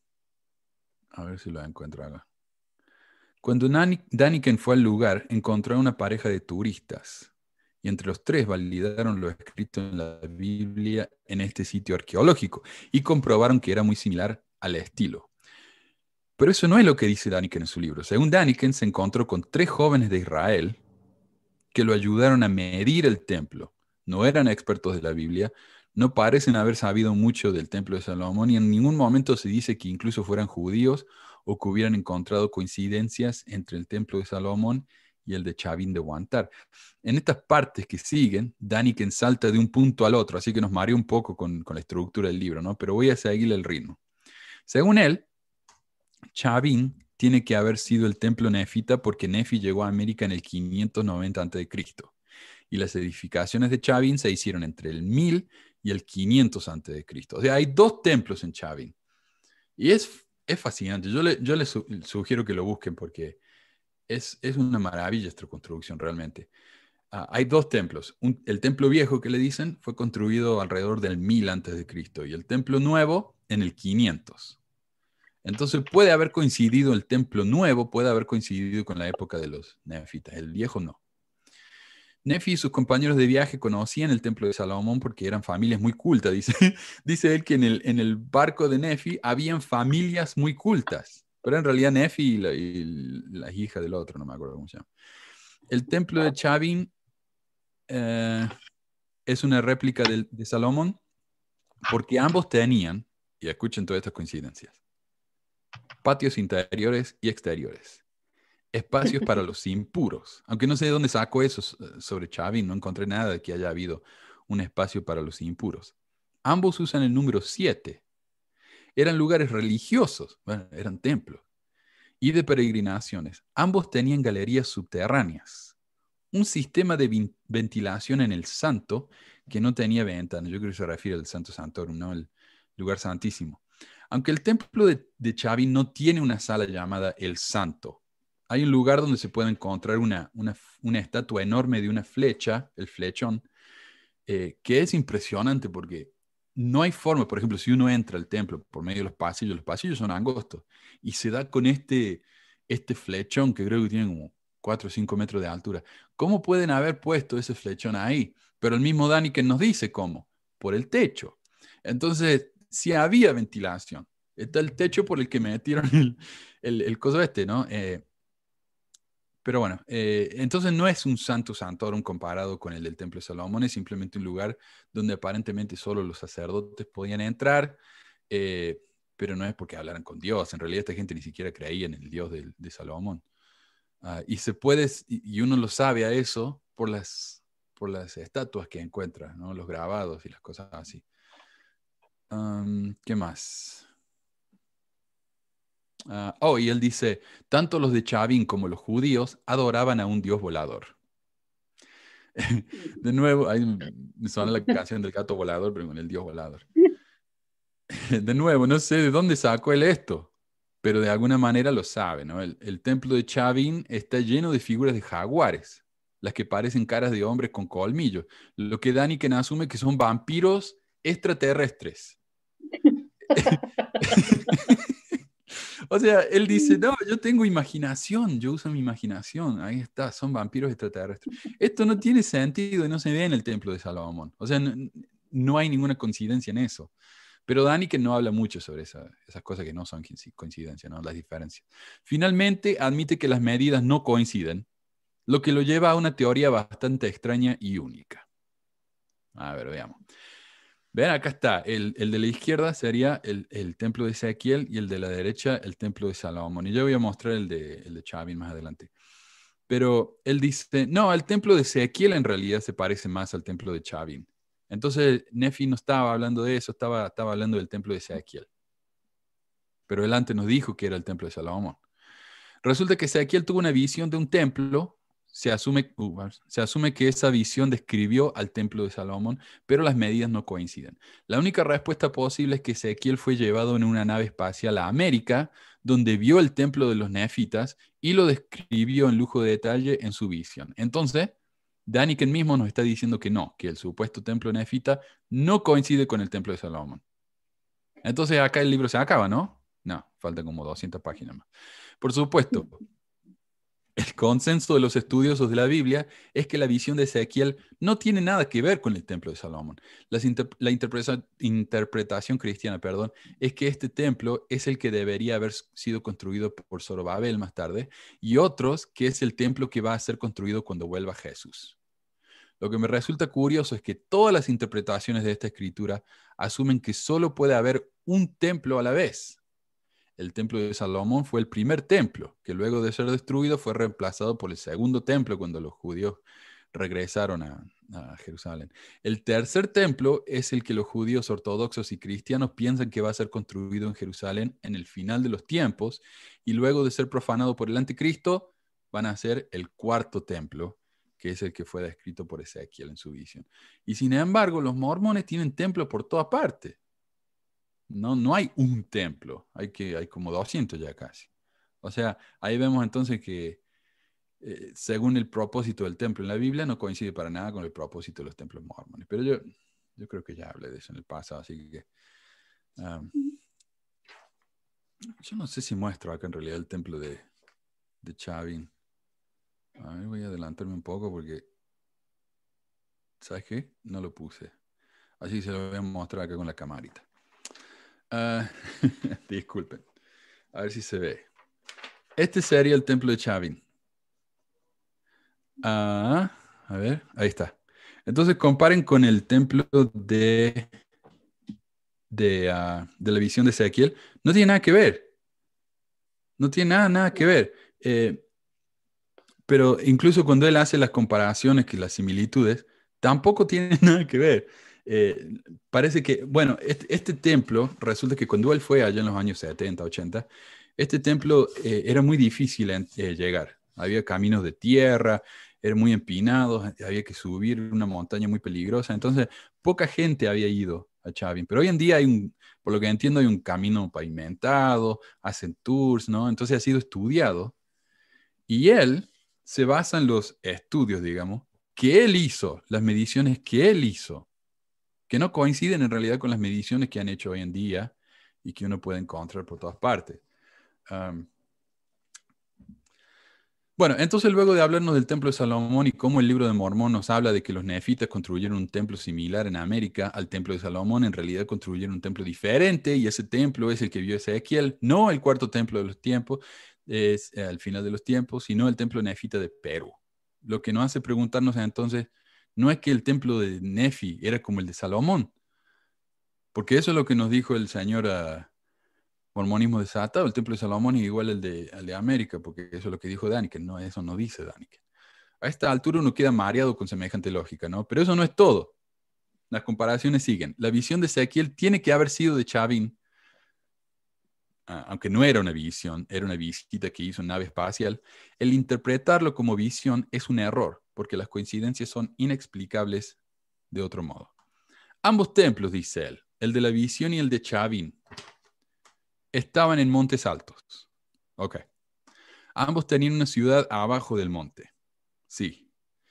a ver si lo encuentro acá. Cuando Daniken fue al lugar, encontró a una pareja de turistas y entre los tres validaron lo escrito en la Biblia en este sitio arqueológico y comprobaron que era muy similar al estilo. Pero eso no es lo que dice Daniken en su libro. Según Daniken, se encontró con tres jóvenes de Israel que lo ayudaron a medir el templo. No eran expertos de la Biblia, no parecen haber sabido mucho del templo de Salomón y en ningún momento se dice que incluso fueran judíos o que hubieran encontrado coincidencias entre el templo de Salomón y el de Chavín de Huántar. En estas partes que siguen, Daniken salta de un punto al otro, así que nos mareó un poco con la estructura del libro, ¿no? Pero voy a seguirle el ritmo. Según él, Chavín tiene que haber sido el templo nefita porque Nefi llegó a América en el 590 a.C. Y las edificaciones de Chavín se hicieron entre el 1000 y el 500 a.C. O sea, hay dos templos en Chavín. Y es fascinante. Yo les sugiero que lo busquen porque es una maravilla esta construcción realmente. Hay dos templos. El templo viejo que le dicen fue construido alrededor del 1000 a.C. y el templo nuevo en el 500. Entonces puede haber coincidido el templo nuevo, puede haber coincidido con la época de los nefitas, el viejo no. Nefi y sus compañeros de viaje conocían el templo de Salomón porque eran familias muy cultas. Dice, dice él que en el barco de Nefi habían familias muy cultas, pero en realidad Nefi y la hija del otro, no me acuerdo cómo se llama. El templo de Chavín es una réplica de Salomón porque ambos tenían, y escuchen todas estas coincidencias, patios interiores y exteriores. espacios para los impuros. Aunque no sé de dónde sacó eso sobre Chavín, no encontré nada de que haya habido un espacio para los impuros. Ambos usan el número 7. Eran lugares religiosos, bueno, eran templos, y de peregrinaciones. Ambos tenían galerías subterráneas. Un sistema de ventilación en el santo que no tenía ventanas. Yo creo que se refiere al Santo Santorum, ¿no? El lugar santísimo. Aunque el templo de Chavín no tiene una sala llamada El Santo, hay un lugar donde se puede encontrar una estatua enorme de una flecha, el flechón, que es impresionante porque no hay forma. Por ejemplo, si uno entra al templo por medio de los pasillos son angostos, y se da con este flechón que creo que tiene como 4 o 5 metros de altura. ¿Cómo pueden haber puesto ese flechón ahí? Pero el mismo Daniken nos dice cómo, por el techo. Entonces, si había ventilación, está el techo por el que metieron el coso este, ¿no? Pero bueno, entonces no es un santo santorum comparado con el del Templo de Salomón, es simplemente un lugar donde aparentemente solo los sacerdotes podían entrar, pero no es porque hablaran con Dios. En realidad esta gente ni siquiera creía en el Dios de Salomón. Y se puede, y uno lo sabe a eso por las estatuas que encuentra, ¿no? Los grabados y las cosas así. ¿Qué más? Y él dice, tanto los de Chavín como los judíos adoraban a un dios volador. De nuevo, ahí me suena la canción del gato volador, pero con el dios volador. De nuevo, no sé de dónde sacó él esto, pero de alguna manera lo sabe, ¿no? El templo de Chavín está lleno de figuras de jaguares, las que parecen caras de hombres con colmillos, lo que Daniken asume que son vampiros extraterrestres. O sea, él dice, no, yo tengo imaginación, yo uso mi imaginación, ahí está, son vampiros extraterrestres. Esto no tiene sentido y no se ve en el templo de Salomón. O sea, no hay ninguna coincidencia en eso. Pero Daniken no habla mucho sobre esas cosas que no son coincidencias, ¿no? Las diferencias. Finalmente, admite que las medidas no coinciden, lo que lo lleva a una teoría bastante extraña y única. A ver, veamos. Ven, acá está. El de la izquierda sería el templo de Ezequiel y el de la derecha el templo de Salomón. Y yo voy a mostrar el de Chavín más adelante. Pero él dice, no, el templo de Ezequiel en realidad se parece más al templo de Chavín. Entonces Nefi no estaba hablando de eso, estaba hablando del templo de Ezequiel. Pero él antes nos dijo que era el templo de Salomón. Resulta que Ezequiel tuvo una visión de un templo. Se asume que esa visión describió al templo de Salomón, pero las medidas no coinciden. La única respuesta posible es que Ezequiel fue llevado en una nave espacial a América, donde vio el templo de los nefitas y lo describió en lujo de detalle en su visión. Entonces, Daniken mismo nos está diciendo que no, que el supuesto templo nefita no coincide con el templo de Salomón. Entonces acá el libro se acaba, ¿no? No, faltan como 200 páginas más. Por supuesto, el consenso de los estudiosos de la Biblia es que la visión de Ezequiel no tiene nada que ver con el templo de Salomón. La interpretación cristiana, es que este templo es el que debería haber sido construido por Zorobabel más tarde, y otros que es el templo que va a ser construido cuando vuelva Jesús. Lo que me resulta curioso es que todas las interpretaciones de esta escritura asumen que solo puede haber un templo a la vez. El templo de Salomón fue el primer templo, que luego de ser destruido fue reemplazado por el segundo templo cuando los judíos regresaron a Jerusalén. El tercer templo es el que los judíos ortodoxos y cristianos piensan que va a ser construido en Jerusalén en el final de los tiempos, y luego de ser profanado por el anticristo, van a ser el cuarto templo, que es el que fue descrito por Ezequiel en su visión. Y sin embargo, los mormones tienen templos por toda parte. No hay un templo, hay como 200 ya casi. O sea, ahí vemos entonces que según el propósito del templo en la Biblia no coincide para nada con el propósito de los templos mormones. Pero yo creo que ya hablé de eso en el pasado, así que yo no sé si muestro acá en realidad el templo de Chavín. A ver, voy a adelantarme un poco porque, ¿sabes qué? No lo puse. Así se lo voy a mostrar acá con la camarita. Disculpen. A ver si se ve. Este sería el templo de Chavín. A ver, ahí está. Entonces comparen con el templo de la visión de Ezequiel. No tiene nada que ver. No tiene nada que ver. Pero incluso cuando él hace las comparaciones, que las similitudes, tampoco tienen nada que ver. Parece que, bueno, este templo, resulta que cuando él fue allá en los años 70, 80, este templo era muy difícil llegar. Había caminos de tierra, eran muy empinados, había que subir una montaña muy peligrosa. Entonces, poca gente había ido a Chavin. Pero hoy en día por lo que entiendo, hay un camino pavimentado, hacen tours, ¿no? Entonces ha sido estudiado. Y él se basa en los estudios, digamos, que él hizo, las mediciones que él hizo, que no coinciden en realidad con las mediciones que han hecho hoy en día y que uno puede encontrar por todas partes. Um, bueno, entonces luego de hablarnos del Templo de Salomón y cómo el Libro de Mormón nos habla de que los nefitas construyeron un templo similar en América al Templo de Salomón, en realidad construyeron un templo diferente y ese templo es el que vio Ezequiel, no el cuarto templo de los tiempos, es al final de los tiempos, sino el templo nefita de Perú. Lo que nos hace preguntarnos entonces, no es que el templo de Nefi era como el de Salomón, porque eso es lo que nos dijo el señor Mormonismo desatado, el templo de Salomón es igual al de América, porque eso es lo que dijo Daniken, no, eso no dice Daniken. A esta altura uno queda mareado con semejante lógica, ¿no? Pero eso no es todo. Las comparaciones siguen. La visión de Ezequiel tiene que haber sido de Chavin, aunque no era una visión, era una visita que hizo en nave espacial. El interpretarlo como visión es un error, porque las coincidencias son inexplicables de otro modo. Ambos templos, dice él, el de la visión y el de Chavin, estaban en montes altos. Ok. Ambos tenían una ciudad abajo del monte. Sí.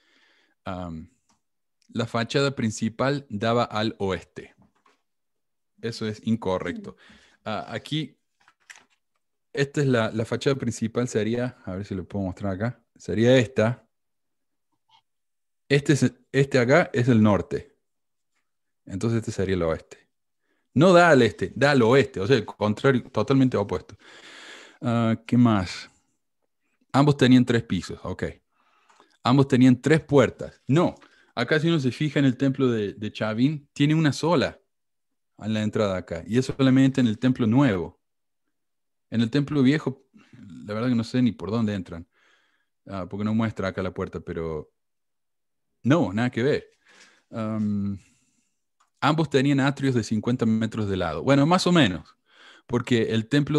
La fachada principal daba al oeste. Eso es incorrecto. Aquí, esta es la fachada principal, sería, a ver si lo puedo mostrar acá, sería esta. Este acá es el norte. Entonces este sería el oeste. No da al este, da al oeste, o sea, el contrario, totalmente opuesto. ¿Qué más? Ambos tenían 3 pisos, ok. Ambos tenían 3 puertas. No, acá si uno se fija en el templo de Chavin, tiene una sola en la entrada acá. Y es solamente en el templo nuevo. En el templo viejo, la verdad que no sé ni por dónde entran. Porque no muestra acá la puerta, pero no, nada que ver. Ambos tenían atrios de 50 metros de lado. Bueno, más o menos. Porque el templo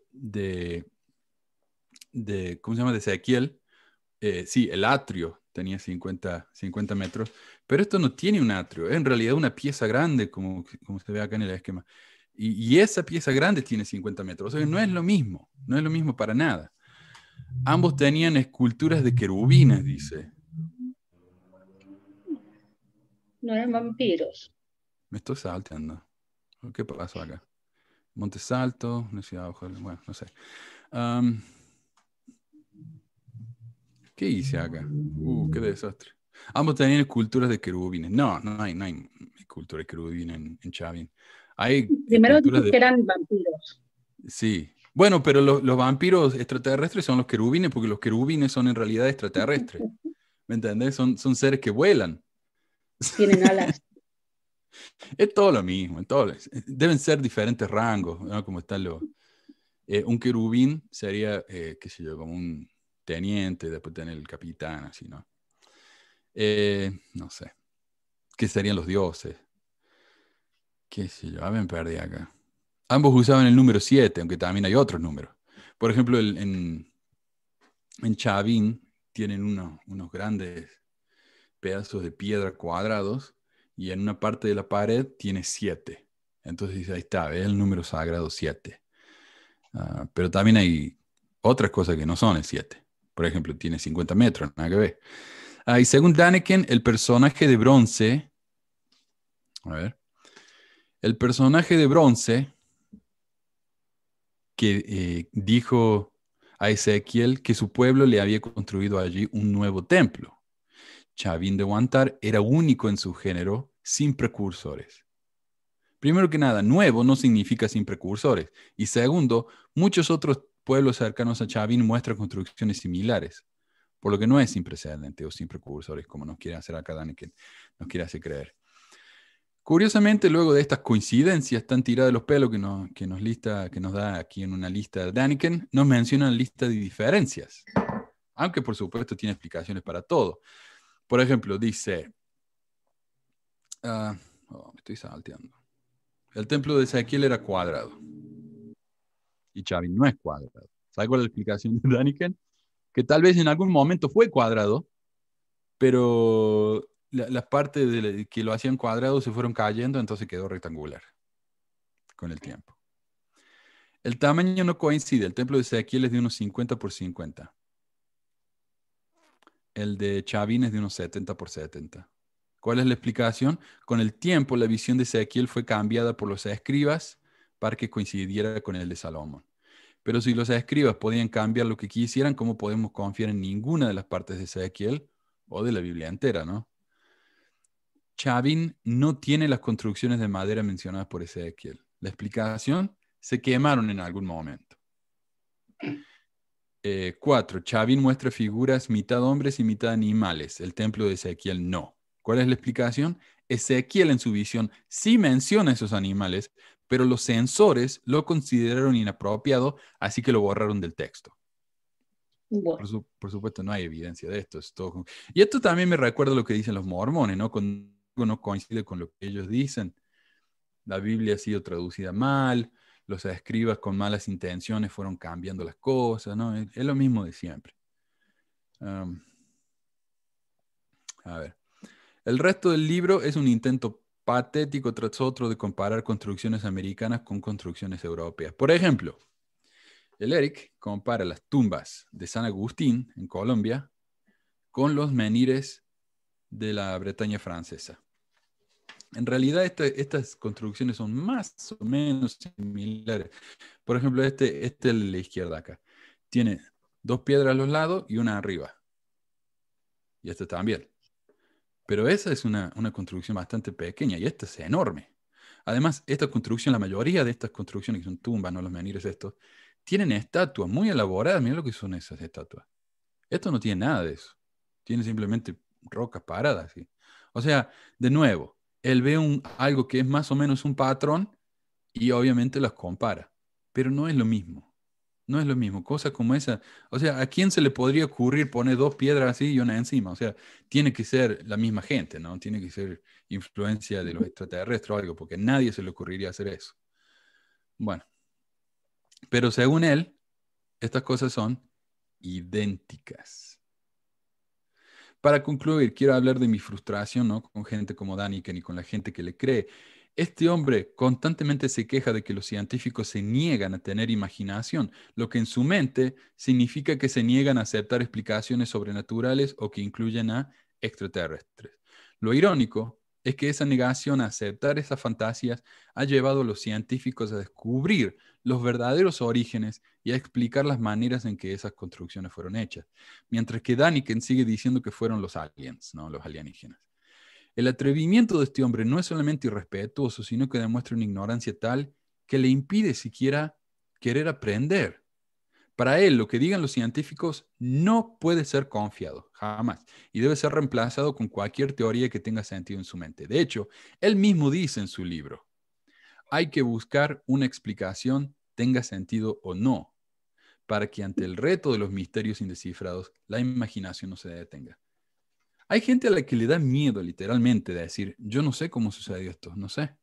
¿cómo se llama? De Ezequiel, sí, el atrio tenía 50 metros, pero esto no tiene un atrio, es en realidad una pieza grande, como se ve acá en el esquema. Y esa pieza grande tiene 50 metros, o sea, no es lo mismo, no es lo mismo para nada. Ambos tenían esculturas de querubines, dice. No eran vampiros. Me estoy salteando. ¿Qué pasó acá? Montes Altos, una ciudad bajo, bueno, no sé. ¿Qué hice acá? Qué desastre. Ambos tenían esculturas de querubines. No hay escultura de querubines en Chavin. Hay Primero esculturas dices que eran vampiros. Sí. Bueno, pero los vampiros extraterrestres son los querubines, porque los querubines son en realidad extraterrestres. ¿Me entendés? Son seres que vuelan. Tienen alas. Es todo lo mismo. Deben ser diferentes rangos, ¿no? Como están un querubín sería, qué sé yo, como un teniente, después tener el capitán, así, ¿no? No sé. ¿Qué serían los dioses? ¿Qué sé yo? Me perdí acá. Ambos usaban el número 7, aunque también hay otros números. Por ejemplo, en Chavin tienen unos grandes pedazos de piedra cuadrados y en una parte de la pared tiene 7. Entonces ahí está, es el número sagrado 7. Pero también hay otras cosas que no son el 7. Por ejemplo, tiene 50 metros, nada que ver. Y según Daniken, el personaje de bronce, el personaje de bronce que dijo a Ezequiel que su pueblo le había construido allí un nuevo templo. Chavin de Huántar era único en su género, sin precursores. Primero que nada, nuevo no significa sin precursores. Y segundo, muchos otros pueblos cercanos a Chavin muestran construcciones similares, por lo que no es sin precedente o sin precursores, como nos quiere hacer acá Dani, que nos quiere hacer creer. Curiosamente, luego de estas coincidencias tan tiradas de los pelos que nos da aquí en una lista de Daniken, nos menciona una lista de diferencias. Aunque, por supuesto, tiene explicaciones para todo. Por ejemplo, dice... me estoy salteando. El templo de Ezequiel era cuadrado. Y Chavin no es cuadrado. ¿Sabes cuál es la explicación de Daniken? Que tal vez en algún momento fue cuadrado, pero las partes que lo hacían cuadrado se fueron cayendo, entonces quedó rectangular con el tiempo. El tamaño no coincide. El templo de Ezequiel es de unos 50 por 50. El de Chavin es de unos 70 por 70. ¿Cuál es la explicación? Con el tiempo, la visión de Ezequiel fue cambiada por los escribas para que coincidiera con el de Salomón. Pero si los escribas podían cambiar lo que quisieran, ¿cómo podemos confiar en ninguna de las partes de Ezequiel o de la Biblia entera, no? Chavin no tiene las construcciones de madera mencionadas por Ezequiel. La explicación, se quemaron en algún momento. 4. Chavin muestra figuras mitad hombres y mitad animales. El templo de Ezequiel no. ¿Cuál es la explicación? Ezequiel en su visión sí menciona esos animales, pero los censores lo consideraron inapropiado, así que lo borraron del texto. Bueno. Por supuesto, no hay evidencia de esto. Y esto también me recuerda lo que dicen los mormones, ¿no? Cuando no coincide con lo que ellos dicen. La Biblia ha sido traducida mal, los escribas con malas intenciones fueron cambiando las cosas, ¿no? Es lo mismo de siempre. A ver. El resto del libro es un intento patético tras otro de comparar construcciones americanas con construcciones europeas. Por ejemplo, el Eric compara las tumbas de San Agustín en Colombia con los menhires de la Bretaña francesa. En realidad, estas construcciones son más o menos similares. Por ejemplo, este es el de la izquierda acá. Tiene 2 piedras a los lados y una arriba. Y este también. Pero esa es una construcción bastante pequeña y esta es enorme. Además, esta construcción, la mayoría de estas construcciones que son tumbas, no los menhires estos, tienen estatuas muy elaboradas. Mira lo que son esas estatuas. Esto no tiene nada de eso. Tiene simplemente rocas paradas. ¿Sí? O sea, de nuevo, él ve algo que es más o menos un patrón y obviamente las compara. Pero no es lo mismo. No es lo mismo. Cosas como esa. O sea, ¿a quién se le podría ocurrir poner 2 piedras así y una encima? O sea, tiene que ser la misma gente, ¿no? Tiene que ser influencia de los extraterrestres o algo, porque a nadie se le ocurriría hacer eso. Bueno, pero según él, estas cosas son idénticas. Para concluir, quiero hablar de mi frustración, ¿no? Con gente como Daniken y con la gente que le cree. Este hombre constantemente se queja de que los científicos se niegan a tener imaginación, lo que en su mente significa que se niegan a aceptar explicaciones sobrenaturales o que incluyen a extraterrestres. Lo irónico es que esa negación a aceptar esas fantasías ha llevado a los científicos a descubrir los verdaderos orígenes y a explicar las maneras en que esas construcciones fueron hechas, mientras que Daniken sigue diciendo que fueron los aliens, ¿no? Los alienígenas. El atrevimiento de este hombre no es solamente irrespetuoso, sino que demuestra una ignorancia tal que le impide siquiera querer aprender. Para él, lo que digan los científicos no puede ser confiado, jamás, y debe ser reemplazado con cualquier teoría que tenga sentido en su mente. De hecho, él mismo dice en su libro, hay que buscar una explicación, tenga sentido o no, para que ante el reto de los misterios indescifrados, la imaginación no se detenga. Hay gente a la que le da miedo, literalmente, de decir, yo no sé cómo sucedió esto, no sé.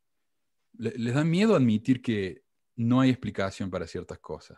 Les da miedo admitir que no hay explicación para ciertas cosas.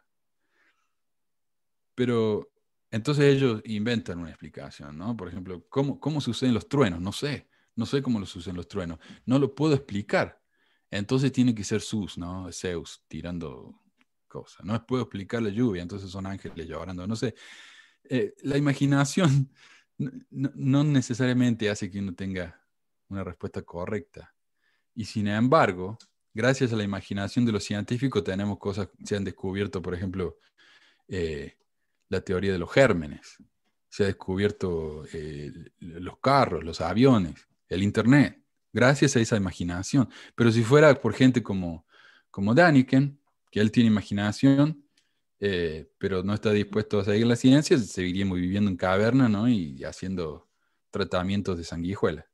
Pero entonces ellos inventan una explicación, ¿no? Por ejemplo, ¿cómo suceden los truenos? No sé cómo suceden los truenos. No lo puedo explicar. Entonces tiene que ser Zeus, ¿no? Zeus tirando cosas. No puedo explicar la lluvia, entonces son ángeles llorando. No sé. La imaginación no necesariamente hace que uno tenga una respuesta correcta. Y sin embargo, gracias a la imaginación de los científicos tenemos cosas, se han descubierto, por ejemplo, la teoría de los gérmenes, se ha descubierto los carros, los aviones, el internet, gracias a esa imaginación. Pero si fuera por gente como Daniken, que él tiene imaginación, pero no está dispuesto a seguir la ciencia, seguiríamos viviendo en caverna, ¿no? Y haciendo tratamientos de sanguijuela.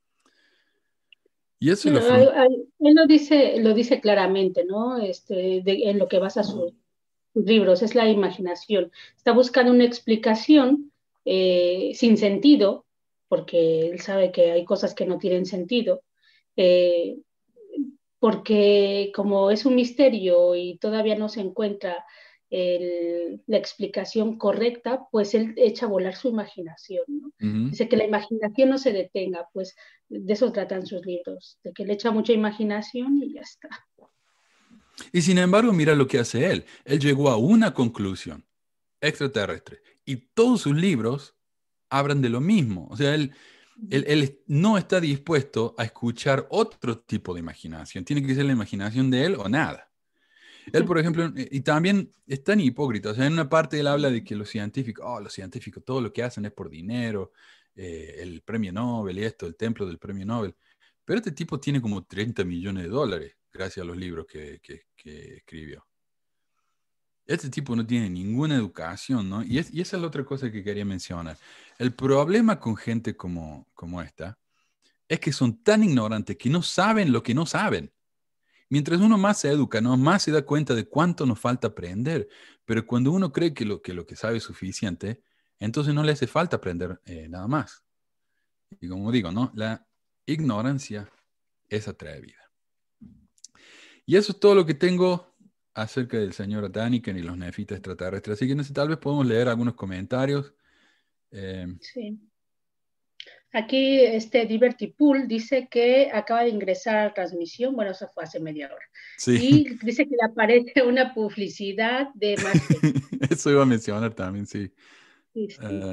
Y eso Bueno, es él lo dice claramente, ¿no? En lo que basa su sus libros, es la imaginación. Está buscando una explicación sin sentido, porque él sabe que hay cosas que no tienen sentido, eh, porque como es un misterio y todavía no se encuentra la explicación correcta, pues él echa a volar su imaginación, ¿no? Ujú. Dice que la imaginación no se detenga, pues de eso tratan sus libros, de que le echa mucha imaginación y ya está. Y sin embargo, mira lo que hace él. Él llegó a una conclusión, extraterrestre. Y todos sus libros hablan de lo mismo. O sea, él no está dispuesto a escuchar otro tipo de imaginación. Tiene que ser la imaginación de él o nada. Él, por ejemplo, y también es tan hipócrita. O sea, en una parte él habla de que los científicos, todo lo que hacen es por dinero, el premio Nobel y esto, el templo del premio Nobel. Pero este tipo tiene como 30 millones de dólares gracias a los libros que escribió. Este tipo no tiene ninguna educación, ¿no? Y esa es la otra cosa que quería mencionar. El problema con gente como esta es que son tan ignorantes que no saben lo que no saben. Mientras uno más se educa, ¿no? Más se da cuenta de cuánto nos falta aprender. Pero cuando uno cree que lo que sabe es suficiente, entonces no le hace falta aprender nada más. Y como digo, ¿no? La ignorancia es atrevida. Y eso es todo lo que tengo acerca del señor Daniken y los nefitas extraterrestres. Así que no sé, tal vez podemos leer algunos comentarios. Eh, Sí. Aquí Liberty Pool dice que acaba de ingresar a la transmisión, bueno, eso fue hace media hora, sí, y dice que le aparece una publicidad de Más Fe. eso iba a mencionar también, sí. Sí, sí.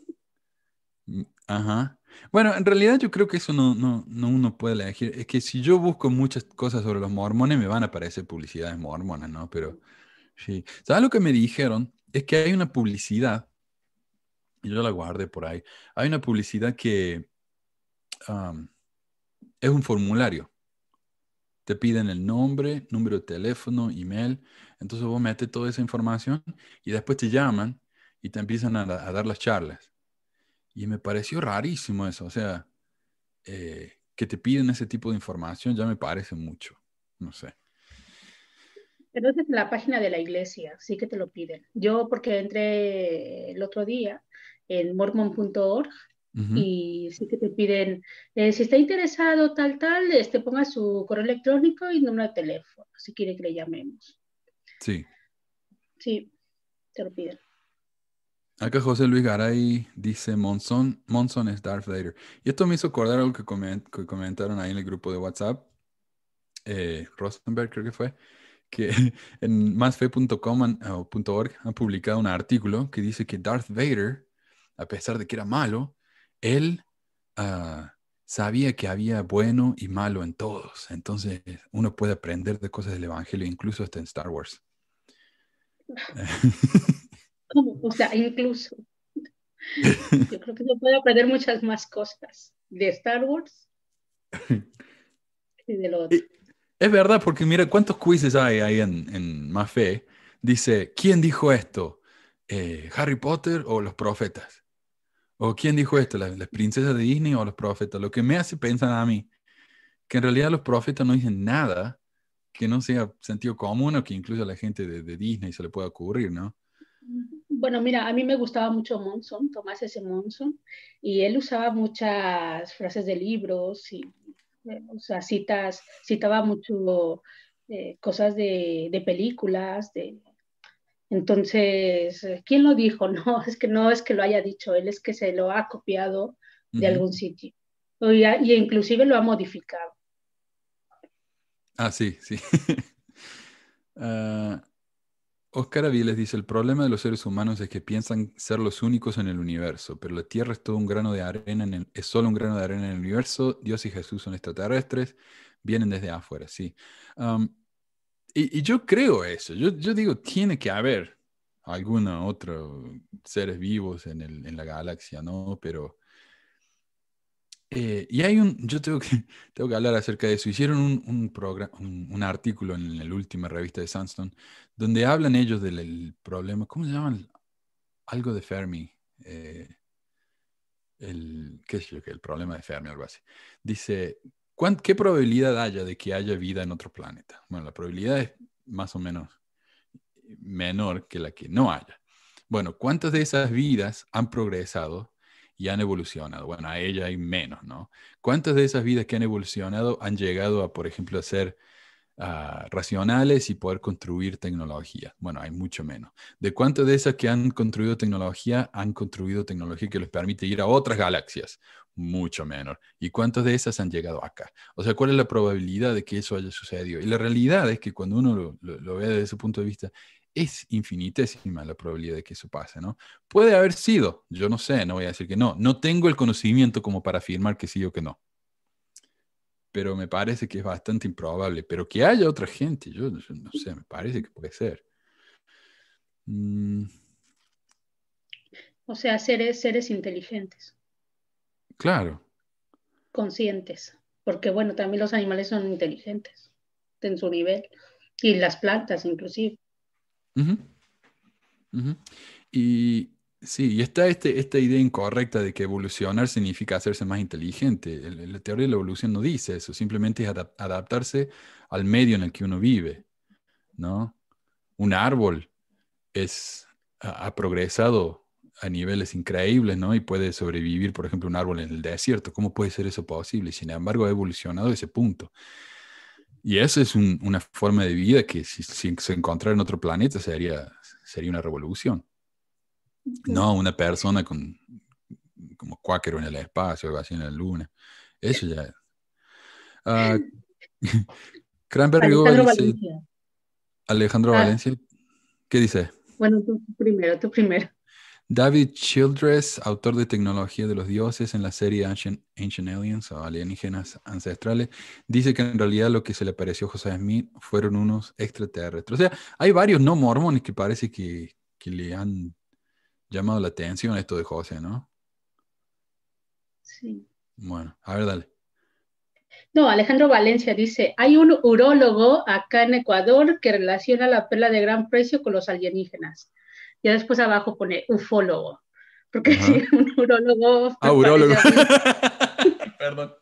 Ajá. Bueno, en realidad yo creo que eso no uno puede elegir. Es que si yo busco muchas cosas sobre los mormones, me van a aparecer publicidades mormonas, ¿no? Pero sí. ¿Sabes lo que me dijeron? Es que hay una publicidad, y yo la guardé por ahí. Hay una publicidad que um, es un formulario. Te piden el nombre, número de teléfono, email. Entonces vos metes toda esa información y después te llaman y te empiezan a dar las charlas. Y me pareció rarísimo eso. O sea, que te piden ese tipo de información ya me parece mucho. No sé. Pero es en la página de la iglesia, sí que te lo piden. Yo porque entré el otro día en mormon.org Ujú. y sí que te piden, si está interesado tal, ponga su correo electrónico y número de teléfono, si quiere que le llamemos. Sí. Sí, te lo piden. Acá José Luis Garay dice Monson es Darth Vader. Y esto me hizo acordar algo que comentaron ahí en el grupo de WhatsApp. Rosenberg creo que fue, que en masfe.com o .org han publicado un artículo que dice que Darth Vader, a pesar de que era malo, él sabía que había bueno y malo en todos. Entonces uno puede aprender de cosas del Evangelio, incluso hasta en Star Wars. ¿Cómo? O sea, incluso, yo creo que se puede aprender muchas más cosas de Star Wars y de lo otro. Y es verdad, porque mira, ¿cuántos quizzes hay ahí en Mafe? Dice, ¿quién dijo esto? ¿Harry Potter o los profetas? ¿O quién dijo esto? ¿Las princesas de Disney o los profetas? Lo que me hace pensar a mí, que en realidad los profetas no dicen nada que no sea sentido común o que incluso a la gente de Disney se le pueda ocurrir, ¿no? Bueno, mira, a mí me gustaba mucho Monson, Tomás S. Monson, y él usaba muchas frases de libros y, o sea, citaba mucho cosas de películas, entonces, ¿quién lo dijo? No es que lo haya dicho él, es que se lo ha copiado de Ujú. algún sitio, y inclusive lo ha modificado. Ah, sí, sí. Ah, Oscar Aviles dice, el problema de los seres humanos es que piensan ser los únicos en el universo, pero la Tierra es todo un grano de arena es solo un grano de arena en el universo, Dios y Jesús son extraterrestres, vienen desde afuera, sí. Am, y yo creo eso, yo digo, tiene que haber alguna otro seres vivos en la galaxia, ¿no? Pero, y yo tengo que hablar acerca de eso. Hicieron un artículo en la última revista de Sunstone, donde hablan ellos del problema, ¿cómo se llaman? Algo de Fermi, qué sé yo, que el problema de Fermi, algo así. Dice, ¿qué probabilidad haya de que haya vida en otro planeta? Bueno, la probabilidad es más o menos menor que la que no haya. Bueno, ¿cuántas de esas vidas han progresado y han evolucionado? Bueno, a ella hay menos, ¿no? ¿Cuántas de esas vidas que han evolucionado han llegado a, por ejemplo, a ser racionales y poder construir tecnología? Bueno, hay mucho menos. ¿De cuántas de esas que han construido tecnología que les permite ir a otras galaxias? Mucho menor. ¿Y cuántas de esas han llegado acá? O sea, ¿cuál es la probabilidad de que eso haya sucedido? Y la realidad es que cuando uno lo ve desde ese punto de vista, es infinitésima la probabilidad de que eso pase, ¿no? Puede haber sido, yo no sé, no voy a decir que no. No tengo el conocimiento como para afirmar que sí o que no, pero me parece que es bastante improbable. Pero que haya otra gente, yo no sé, me parece que puede ser. Mm, O sea, seres inteligentes, claro. conscientes, porque bueno, también los animales son inteligentes en su nivel, y las plantas inclusive. Ujú, ujú. Y sí, y está esta idea incorrecta de que evolucionar significa hacerse más inteligente. La teoría de la evolución no dice eso, simplemente es adaptarse al medio en el que uno vive, ¿no? Un árbol ha progresado a niveles increíbles, ¿no? Y puede sobrevivir, por ejemplo, un árbol en el desierto. ¿Cómo puede ser eso posible? Sin embargo, ha evolucionado a ese punto. Y eso es una forma de vida que si se encontrara en otro planeta sería una revolución. No una persona como cuáquero en el espacio, algo así en la luna. Eso ya. Ah, Cranberry Goa Alejandro dice, Valencia. Alejandro Ah, Valencia, ¿qué dice? bueno, tú primero, tú primero. David Childress, autor de Tecnología de los Dioses en la serie Ancient Aliens o Alienígenas Ancestrales, dice que en realidad lo que se le apareció a José Smith fueron unos extraterrestres. O sea, hay varios no mormones que parece que le han llamado la atención a esto de José, ¿no? Sí. Bueno, a ver, dale. No, Alejandro Valencia dice, hay un urólogo acá en Ecuador que relaciona la perla de gran precio con los alienígenas. Ya después abajo pone ufólogo, porque Ajá. sí, un urólogo Ah, me parece urólogo. a mí. Perdón.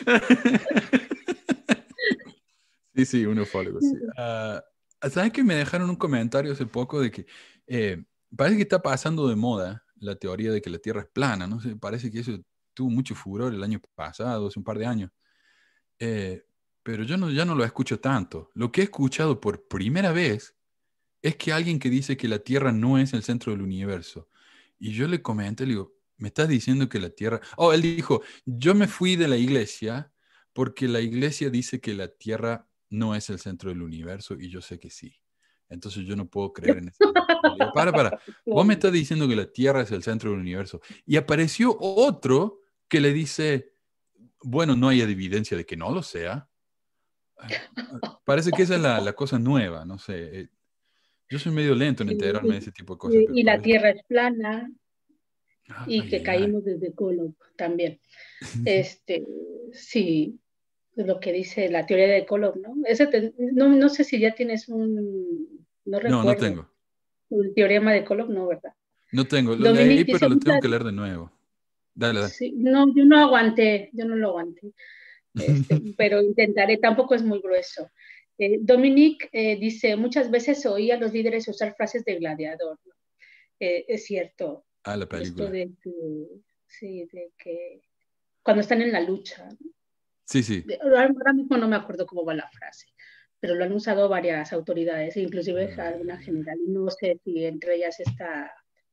Sí, sí, un ufólogo, sí. ¿Sabes que me dejaron un comentario hace poco de que eh, parece que está pasando de moda la teoría de que la Tierra es plana, ¿no? sé, parece que eso tuvo mucho furor el año pasado, hace un par de años. Eh, pero yo ya no lo escucho tanto. Lo que he escuchado por primera vez es que alguien que dice que la Tierra no es el centro del universo. Y yo le comenté, le digo, ¿me estás diciendo que la Tierra... Oh, él dijo, yo me fui de la iglesia porque la iglesia dice que la Tierra no es el centro del universo y yo sé que sí. Entonces yo no puedo creer en esa mentira. Le digo, vos me estás diciendo que la Tierra es el centro del universo. Y apareció otro que le dice, bueno, no hay evidencia de que no lo sea. Parece que esa es la cosa nueva, no sé. Yo soy medio lento en Sí, enterarme de ese tipo de cosas, pero y la parece. Tierra es plana y Ay, que ay, ay. caímos desde Colo también. Este, sí, es lo que dice la teoría de Kolob, ¿no? No sé si ya tienes no No, no recuerdo, tengo. un teorema de Kolob, no, ¿verdad? No tengo. Lo leí, Dominique pero dice, lo tengo que leer de nuevo. Dale, dale. sí, no, yo no aguanté, yo no lo aguanté, pero intentaré, tampoco es muy grueso. Dominique dice, muchas veces oí a los líderes usar frases de gladiador, ¿no? Es cierto, Ah, la esto película. de que, sí, de que cuando están en la lucha, ¿no? Sí, sí. Ahora mismo no me acuerdo cómo va la frase, pero lo han usado varias autoridades, inclusive alguna general, y no sé si entre ellas está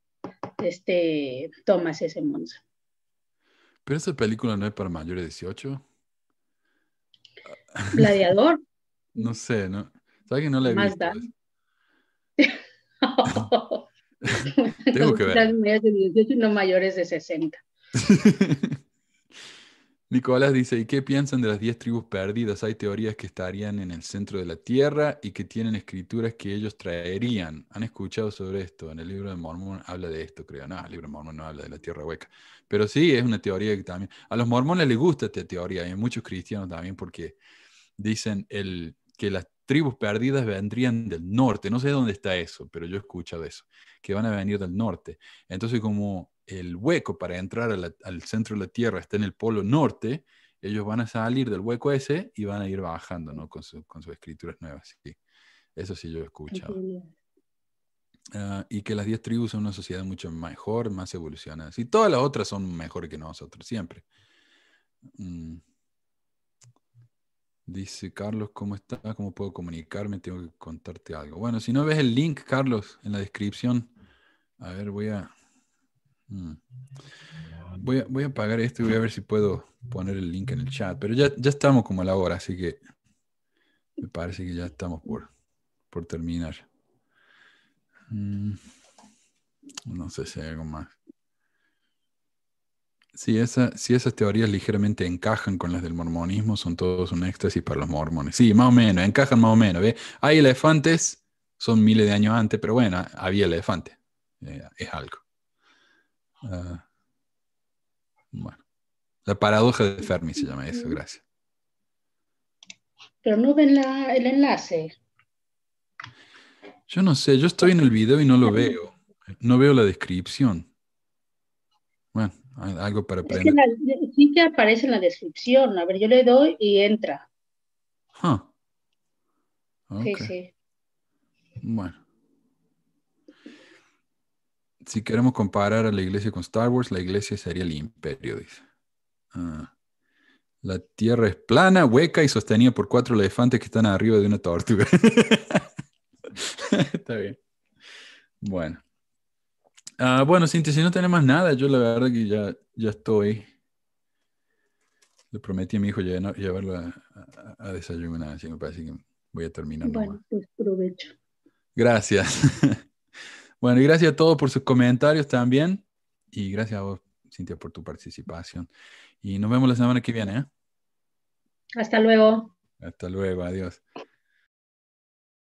Thomas S. Monson. Pero esa película no es para mayores de 18. Gladiador, No sé, ¿no? ¿Sabes que no la he más visto? da. Tengo que Las verla. mayores de 18 y no mayores de 60. Nicolás dice, ¿y qué piensan de las 10 tribus perdidas? Hay teorías que estarían en el centro de la tierra y que tienen escrituras que ellos traerían. ¿Han escuchado sobre esto? En el libro de Mormón habla de esto, creo. No, el libro de Mormón no habla de la tierra hueca. Pero sí, es una teoría que también... A los mormones les gusta esta teoría y a muchos cristianos también porque dicen que las tribus perdidas vendrían del norte. No sé dónde está eso, pero yo he escuchado eso, que van a venir del norte. Entonces, como el hueco para entrar al centro de la Tierra está en el polo norte, ellos van a salir del hueco ese y van a ir bajando, ¿no? Con sus escrituras nuevas. Sí. Eso sí yo he escuchado. y que las 10 tribus son una sociedad mucho mejor, más evolucionada. Y todas las otras son mejores que nosotros, siempre. Dice Carlos, ¿cómo está? ¿Cómo puedo comunicarme? Tengo que contarte algo. Bueno, si no ves el link, Carlos, en la descripción. A ver, voy a apagar esto y voy a ver si puedo poner el link en el chat. Pero ya estamos como a la hora, así que me parece que ya estamos por terminar. No sé si hay algo más. Si esas teorías ligeramente encajan con las del mormonismo, son todos un éxtasis para los mormones. Sí, más o menos, encajan más o menos. ¿Ve? Hay elefantes, son miles de años antes, pero bueno, había elefantes. Es algo. Bueno, la paradoja de Fermi se llama eso, gracias. Pero no ven el enlace. Yo no sé, yo estoy en el video y no lo veo. No veo la descripción. Bueno, algo para aprender. Es que sí que aparece en la descripción. A ver, yo le doy y entra. Okay. Sí. Bueno. Si queremos comparar a la iglesia con Star Wars, la iglesia sería el imperio, dice. La tierra es plana, hueca y sostenida por 4 elefantes que están arriba de una tortuga. Está bien. Bueno. Bueno, Cintia, si no tenemos nada, yo la verdad que ya estoy. Le prometí a mi hijo llevarlo a desayunar, así me parece que voy a terminar nomás. Bueno, pues provecho. Gracias. Bueno, y gracias a todos por sus comentarios también. Y gracias a vos, Cintia, por tu participación. Y nos vemos la semana que viene, ¿eh? Hasta luego. Hasta luego, adiós.